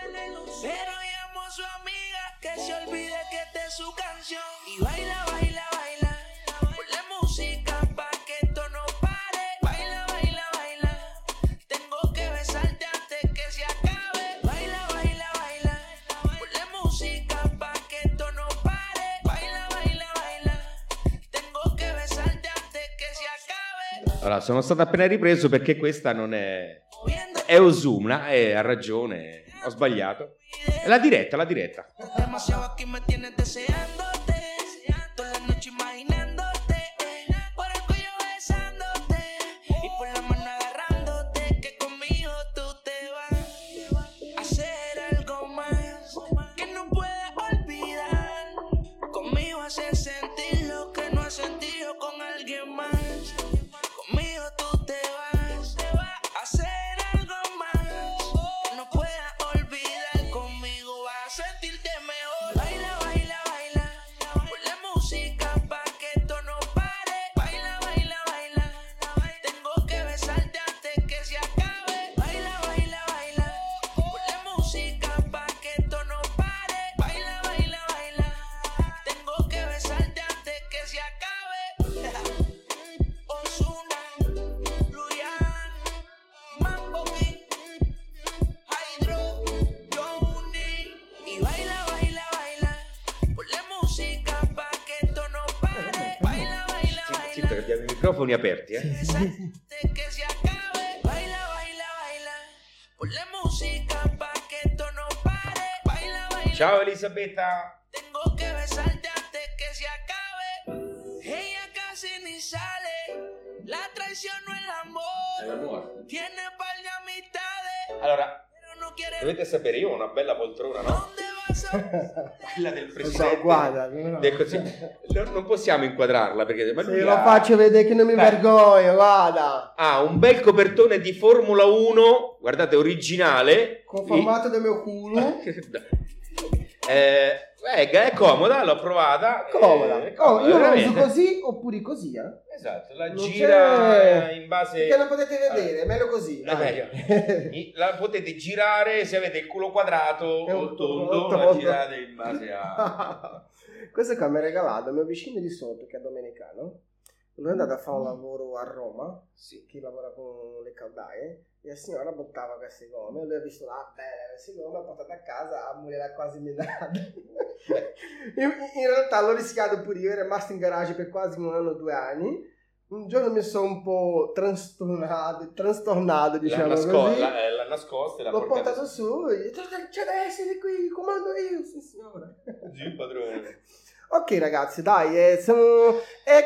Pero llamo a su amiga que se olvide que esta es su canción. Y baila, baila, baila, ponle música pa' que esto no pare. Baila, baila, baila, tengo que besarte antes que se acabe. Baila, baila, baila, ponle música pa' que esto no pare. Baila, baila, baila, tengo que besarte antes que se acabe. Allora, sono stato appena ripreso perché questa non è... Moviendo È Ozuna, ha ragione, ho sbagliato. È la diretta. demasiado aquí me tienes deseándote, toda la noche imaginándote, por el cuello besándote y por la mano agarrándote, que conmigo tú te vas a hacer algo más que no puedes olvidar, conmigo hacer sentir lo que no has sentido con alguien más, conmigo tú te vas a hacer algo más que no puedas olvidar, conmigo vas a sentirte mejor. Baila, baila, baila, ponle música pa' que esto no pare. Baila, baila, baila, tengo que besarte antes que se acabe. Baila, baila, baila, ponle música pa' que esto no pare. Baila, baila, baila, tengo que besarte antes que se acabe. Ozuna, Luyan, Mambo King, Hydro, Johnny. Y baila, baila, baila, ponle música pa' que esto no pare. Baila, baila, Zitto che baila, abbiamo i microfoni aperti, besarte que se acabe. Baila, baila, baila, ponle música pa' que esto no pare. Baila, baila. Ciao Elisabetta. Tengo que besarte antes que se acabe. Ella casi ni sale. La traición no es el amor. Tiene par de amistades, Allora, pero no quiere Dovete sapere, io ho una bella poltrona, no? Quella del presidente. Guarda, no. del Consiglio. Non possiamo inquadrarla perché ma Se lui lo ha- faccio vedere che non mi Beh. vergogno, guarda. ha un bel copertone di Formula 1, guardate, originale. Conformato del mio culo. È comoda, l'ho provata. Comoda. È comoda, Io la veramente. uso così oppure così, Esatto, la Non gira c'è- in base. Perché non potete vedere, è meglio così. È dai. meglio. La potete girare se avete il culo quadrato È o un tondo, la tondo. girate in base a. Questo qua mi ha regalato il mio vicino di sotto che è domenicano. Lui è andato a fare un lavoro a Roma, Sì. che lavora con le caldaie, e la signora buttava queste gomme. Lui ha visto belle queste gomme, ha portato a casa, a morire quasi menata. In realtà l'ho rischiato pure io, ero rimasto in garage per quasi 1 anno, 2 anni. Un giorno mi sono un po' trastornato, diciamo così. L'ha nascosta e l'ha L'ho portata portato su e c'è da essere qui, comando io, sì signora. giù, padrone. Ok ragazzi, dai, siamo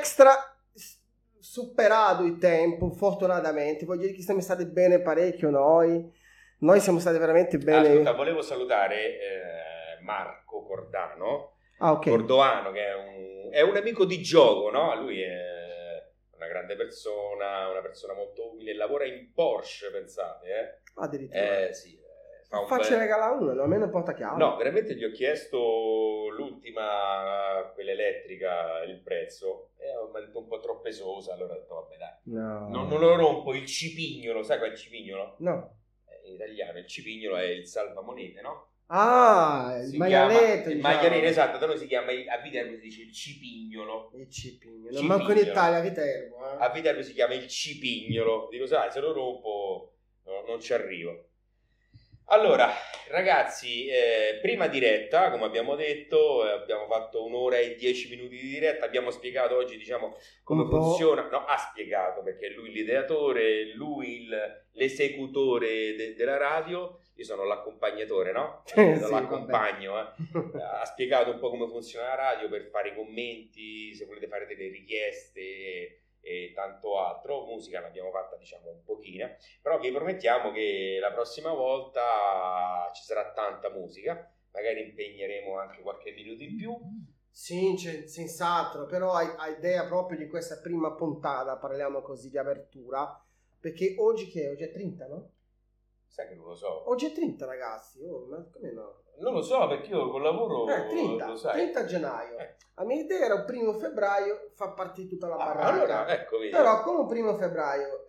superato il tempo, fortunatamente. Voglio dire che siamo stati bene parecchio noi. Noi siamo stati veramente bene. Ascolta, volevo salutare Marco Cordano, Ok. Cordoano, che è un amico di gioco, no? Lui è una grande persona, una persona molto umile, lavora in Porsche, pensate, Addirittura. sì. Fa un Facci bel- regalare uno, almeno portachiave. No, veramente gli ho chiesto l'ultima, quella elettrica, il prezzo, e mi ha detto un po' troppo esosa, allora ho detto vabbè dai, No. non lo rompo, il cipignolo, sai qual è il cipignolo? No. In italiano il cipignolo è il salvamonete, no? Ah, il Si maialetto. chiama- il maialino, esatto, da noi si chiama, a Viterbo si dice il cipignolo, Il cipignolo. Non Cipignolo. manco in Italia, Viterbo. a Viterbo si chiama il cipignolo, dico sai, se lo rompo non ci arrivo. Allora, ragazzi, prima diretta, come abbiamo detto, abbiamo fatto 1 ora e 10 minuti di diretta, abbiamo spiegato oggi, diciamo, come Un po'. funziona, no, ha spiegato perché è lui l'ideatore, lui l'esecutore della radio, io sono l'accompagnatore, no? Sì, Non l'accompagno, vabbè. Ha spiegato un po' come funziona la radio per fare i commenti, se volete fare delle richieste e tanto altro. Musica l'abbiamo fatta, diciamo, un pochino, però vi promettiamo che la prossima volta ci sarà tanta musica, magari impegneremo anche qualche minuto in più. Sì, senz'altro, però hai idea proprio di questa prima puntata, parliamo così di apertura, perché oggi che è? Oggi è 30, no? Sai che non lo so, Oggi è 30 ragazzi, ma come no? non lo so perché io col lavoro 30, lo sai. 30 gennaio. La mia idea era il 1 febbraio fa partire tutta la Ah, baracca. allora ecco, vedi. Però come 1 febbraio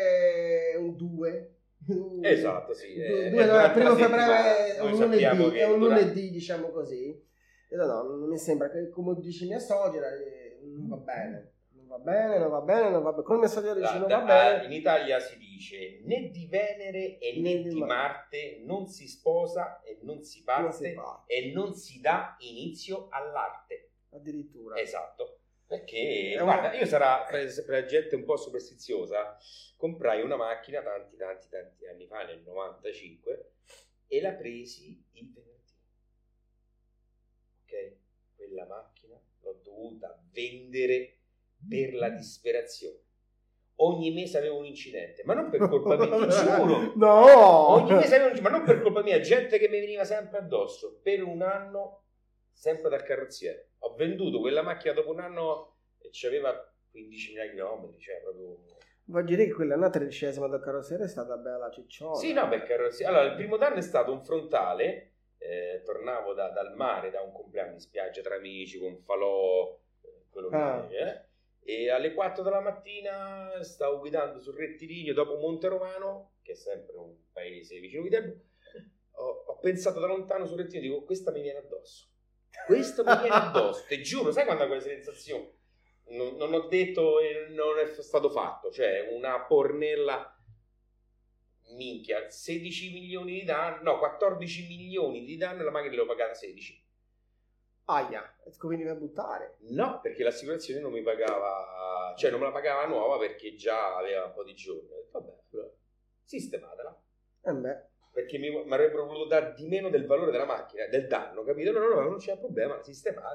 è un 2. Esatto, sì. Il durante la 1 febbraio settimana. è Noi un sappiamo lunedì, che è un durante- lunedì, diciamo così. E no, non mi sembra che, come dice mia suocera, non va bene. Non va bene, non va bene, non va bene. Come mia suocera dice non va bene. In Italia si dice né di Venere e né di Marte non si sposa e non si Non parte si fa. e non si dà inizio all'arte. Addirittura. Esatto. Perché, È guarda, una- io sarà per la gente un po' superstiziosa, comprai una macchina tanti anni fa, nel 95, e la presi il venerdì. Ok? Quella macchina l'ho dovuta vendere per la disperazione. Ogni mese avevo un incidente, ma non per colpa mia, ti giuro. No! Ogni mese avevo un incidente, ma non per colpa mia, gente che mi veniva sempre addosso. Per un anno, sempre dal carrozziere. Ho venduto quella macchina dopo un anno e c'aveva 15.000 km, cioè proprio... Vuol dire che quella una 13ª del carrozziere è stata bella cicciona. Sì, no, per carrozziere. Allora, il primo danno è stato un frontale, tornavo dal mare, da un compleanno in spiaggia tra amici, con falò, quello che è, e alle 4 della mattina stavo guidando sul rettilineo dopo Monte Romano, che è sempre un paese vicino a Viterbo, ho pensato da lontano sul rettilineo, dico, questa mi viene addosso. Questo mi viene addosso, te giuro, sai quando hai quella sensazione? Non ho detto e non è stato fatto, cioè una pornella, minchia, 16 milioni di danno, no, 14 milioni di danno e la macchina l'ho pagata 16. Aia, quindi per buttare. No, perché l'assicurazione non mi pagava, cioè non me la pagava nuova perché già aveva un po' di giorni. Ho detto, vabbè, allora, sistematela. Beh. Perché mi avrebbero voluto dare di meno del valore della macchina, del danno, capito? No, non c'è problema, sistemate.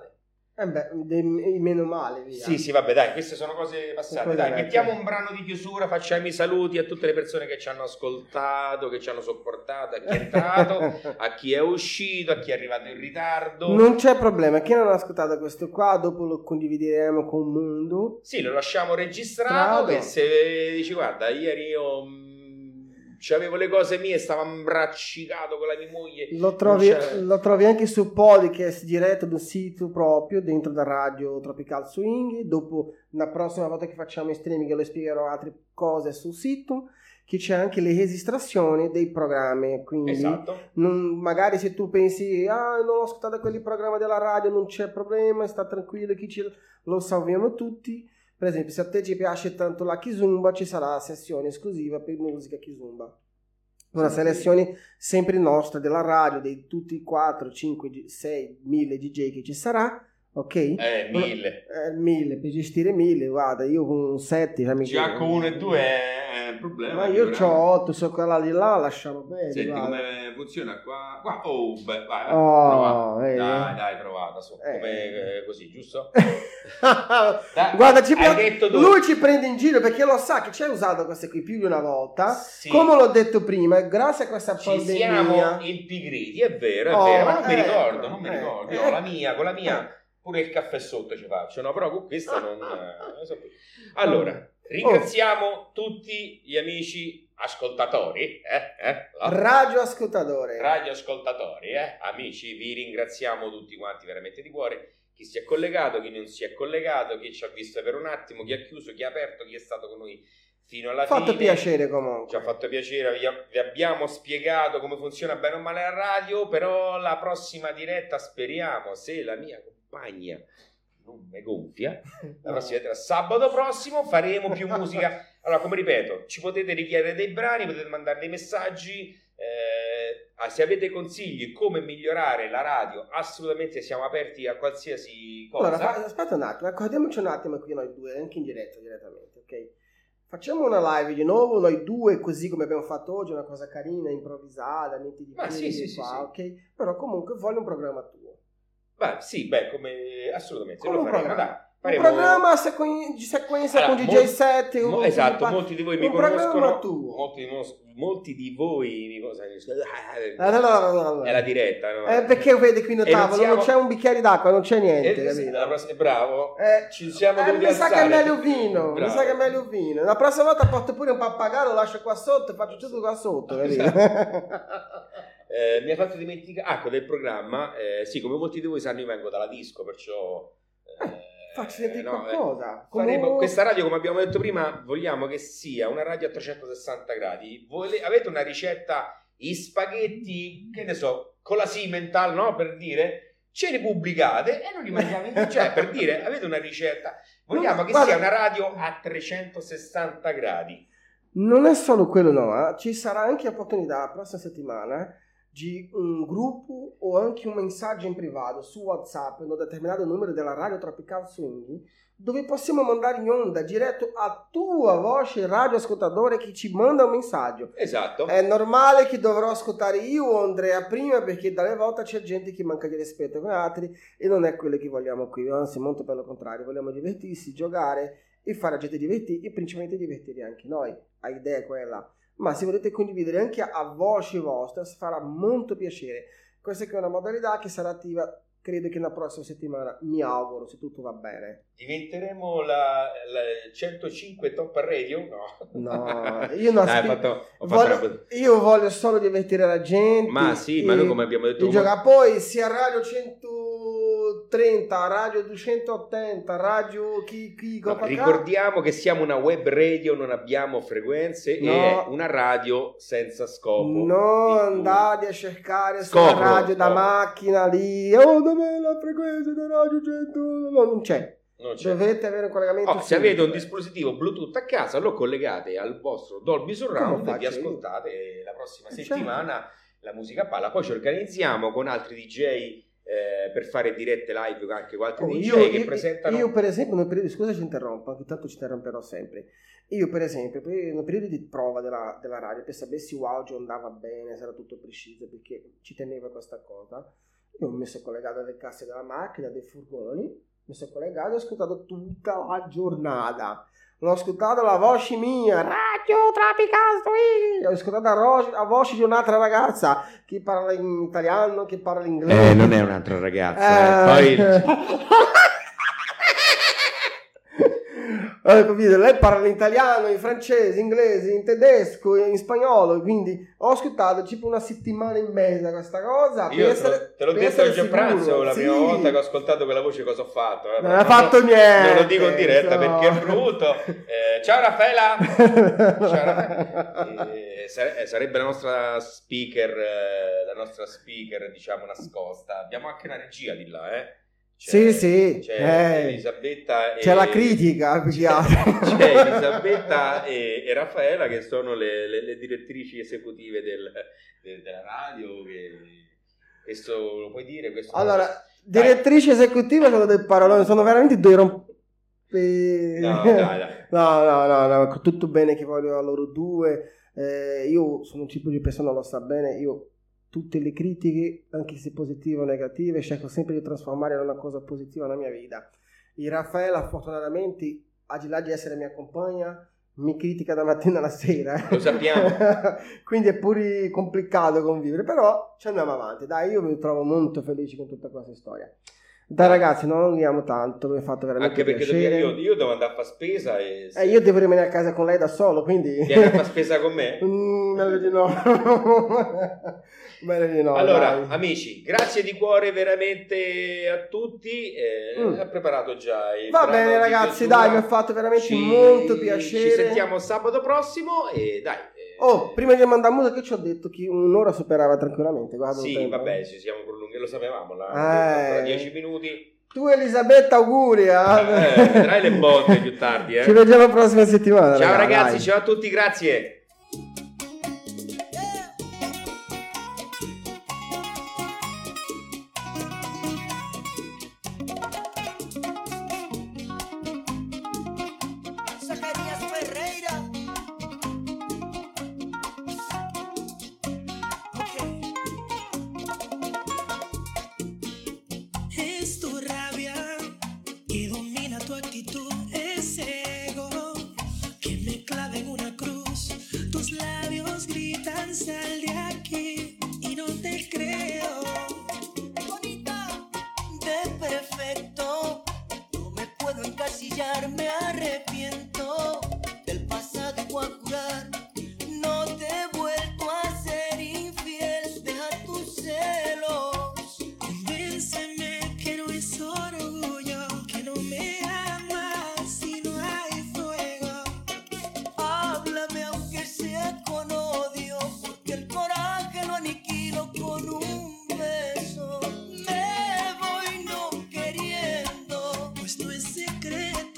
Meno male, via. Sì, vabbè, dai, queste sono cose passate. Dai, mettiamo un brano di chiusura, facciamo i saluti a tutte le persone che ci hanno ascoltato, che ci hanno sopportato, a chi è entrato, a chi è uscito, a chi è arrivato in ritardo. Non c'è problema, chi non ha ascoltato questo qua, dopo lo condivideremo con il mondo. Sì, lo lasciamo registrato, che se dici, guarda, ieri io c'avevo le cose mie, stavo imbraccicato con la mia moglie. Lo trovi anche su podcast diretto del sito proprio, dentro da Radio Tropical Swing. Dopo, la prossima volta che facciamo in streaming, le spiegherò altre cose sul sito, che c'è anche le registrazioni dei programmi. Quindi esatto. Magari se tu pensi, non ho ascoltato quelli programmi della radio, non c'è problema, sta tranquillo, lo salviamo tutti. Per esempio, se a te ci piace tanto la Kizomba, ci sarà la sessione esclusiva per musica Kizomba. Una selezione sempre nostra della radio, di tutti i 4, 5, 6, 1000 DJ che ci sarà, ok? 1000. 1000, per gestire 1000, guarda, io con 7 già con 1 e 2 è un problema. Ma io ho 8, so quella di là, lasciamo bene. Senti guarda. come funziona qua? Vai, dai, provata, come così, giusto? Guarda, lui ci prende in giro perché lo sa che ci hai usato queste qui più di una volta. Sì. Come l'ho detto prima, grazie a questa pandemia ci siamo impigriti, è vero, ma non mi ricordo. Io con la mia pure il caffè sotto ci faccio, no? Però con questa non so più. Allora, ringraziamo tutti gli amici ascoltatori, radioascoltatori, amici, vi ringraziamo tutti quanti veramente di cuore. Chi si è collegato, chi non si è collegato, chi ci ha visto per un attimo, chi ha chiuso, chi ha aperto, chi è stato con noi fino alla fine. Fatto piacere comunque. Ci ha fatto piacere, vi abbiamo spiegato come funziona bene o male la radio, però la prossima diretta speriamo, se la mia compagna non mi gonfia, la prossima diretta, sabato prossimo faremo più musica. Allora, come ripeto, ci potete richiedere dei brani, potete mandare dei messaggi, se avete consigli come migliorare la radio, assolutamente siamo aperti a qualsiasi cosa. Allora, aspetta un attimo, accordiamoci un attimo qui noi due, anche in diretta direttamente, ok? Facciamo una live di nuovo, noi due, così come abbiamo fatto oggi, una cosa carina, improvvisata, niente di più, sì. ok? Però comunque voglio un programma tuo. Come assolutamente, come lo faremo, programma. dai. Un programma sequenza con DJ set. Esatto, molti di voi mi conoscono. Tuo. Molti di voi mi conoscono. È la diretta, no? Perché vedi qui in tavolo non c'è un bicchiere d'acqua, non c'è niente. La prossima, bravo. Ci siamo dovuti mi sa che è meglio vino. Bravo. Mi sa che è meglio vino. La prossima volta porto pure un pappagallo, lo lascio qua sotto e faccio tutto qua sotto. Esatto. Mi ha fatto dimenticare del programma. Sì, come molti di voi sanno, io vengo dalla disco, perciò. Facci sentire qualcosa. Questa radio, come abbiamo detto prima, vogliamo che sia una radio a 360 gradi. Avete una ricetta, i spaghetti, che ne so, con la Simmental, no? Per dire, ce li pubblicate e non li mangiamo in cioè, per dire, avete una ricetta. Vogliamo che sia una radio a 360 gradi. Non è solo quello, no. Ci sarà anche opportunità la prossima settimana di un gruppo o anche un messaggio in privato su WhatsApp in un determinato numero della Radio Tropical Swing, dove possiamo mandare in onda diretto a tua voce radioascoltatore che ci manda un messaggio. Esatto. È normale che dovrò ascoltare io o Andrea prima, perché dalle volte c'è gente che manca di rispetto con altri e non è quello che vogliamo qui, anzi molto per lo contrario, vogliamo divertirsi, giocare e fare la gente divertire e principalmente divertire anche noi. L'idea è quella. Ma se volete condividere anche a voce vostra, farà molto piacere. Questa è una modalità che sarà attiva, credo che la prossima settimana, mi auguro, se tutto va bene. Diventeremo la 105 Top Radio? No, io non io voglio solo divertire la gente. Ma sì, ma noi come abbiamo detto... Poi sia Radio 130, Radio 280, Radio ricordiamo che siamo una web radio, non abbiamo frequenze, e è una radio senza scopo. Non andate a cercare sulla radio da macchina lì, dov'è la frequenza da Radio 100? No, non c'è. Dovete avere un collegamento. Se avete un dispositivo Bluetooth a casa, lo collegate al vostro Dolby Surround e vi ascoltate la prossima settimana la musica a palla. Poi ci organizziamo con altri DJ per fare dirette live anche con altri DJ che presentano. Io per esempio nel periodo, scusa ci interrompo, anche tanto ci interromperò sempre. Io per esempio nel periodo di prova della radio, per sapere se l'audio andava bene, se era tutto preciso, perché ci tenevo a questa cosa, Io mi sono collegato alle casse della macchina, dei furgoni, mi sono collegato e ho ascoltato tutta la giornata. L'ho ascoltato la voce mia, Radio Tropicastri. Ho ascoltato la voce di un'altra ragazza che parla in italiano, che parla in inglese. Non è un'altra ragazza. Poi capito? Lei parla in italiano, in francese, in inglese, in tedesco, in spagnolo, quindi ho ascoltato tipo una settimana e mezza questa cosa. io te l'ho detto oggi a pranzo, la prima volta che ho ascoltato quella voce, cosa ho fatto? Non ha fatto niente. Non lo dico in diretta perché è brutto. Ciao Raffaela. Ciao Raffaela. Sarebbe la nostra speaker, diciamo, nascosta. Abbiamo anche una regia di là, Sì. C'è Elisabetta c'è la critica. C'è Elisabetta e Raffaela, che sono le direttrici esecutive della radio. Questo lo puoi dire? Allora, direttrici esecutive sono dei paroloni, sono veramente due No, dai. Tutto bene che voglio a loro due. Io sono un tipo di persona, lo sa bene, io tutte le critiche, anche se positive o negative, cerco sempre di trasformare in una cosa positiva nella mia vita. E Raffaella, fortunatamente, al di là di essere mia compagna, mi critica da mattina alla sera. Lo sappiamo. Quindi è pure complicato convivere, però ci andiamo avanti. Dai, io mi trovo molto felice con tutta questa storia. Dai ragazzi, non allunghiamo tanto, mi ha fatto veramente anche perché piacere. io devo andare a fare spesa e... io devo rimanere a casa con lei da solo, quindi... Vieni a fare spesa con me? Meglio di no. Meglio di no. Allora, dai. amici, grazie di cuore veramente a tutti. Ha preparato già il Va brano bene di ragazzi, chiusura. dai, mi ha fatto veramente molto Ci piacere. sentiamo sabato prossimo e dai. Prima di mandare musica, che ci ho detto che un'ora superava tranquillamente. Guarda, Sì, il tempo. vabbè, ci siamo prolungati, lo sapevamo, ancora 10 minuti. Tu Elisabetta, auguri. Vedrai le botte più tardi. Ci vediamo la prossima settimana. Ciao ragazzi, dai. ciao a tutti, grazie. Zacarías Ferreira. Es tu rabia que domina tu actitud, ese ego que me clava en una cruz. Tus labios gritan, sal de aquí, y no te creo. Bonita, de perfecto, no me puedo encasillar, me arrepiento del pasado y voy a jurar. No te he vuelto a ser infiel, deja tus celos. Convénceme que no es orgullo, que no me amas si no hay fuego. Háblame aunque sea con odio, porque el coraje lo aniquilo con un beso. Me voy no queriendo, Pues no es secreto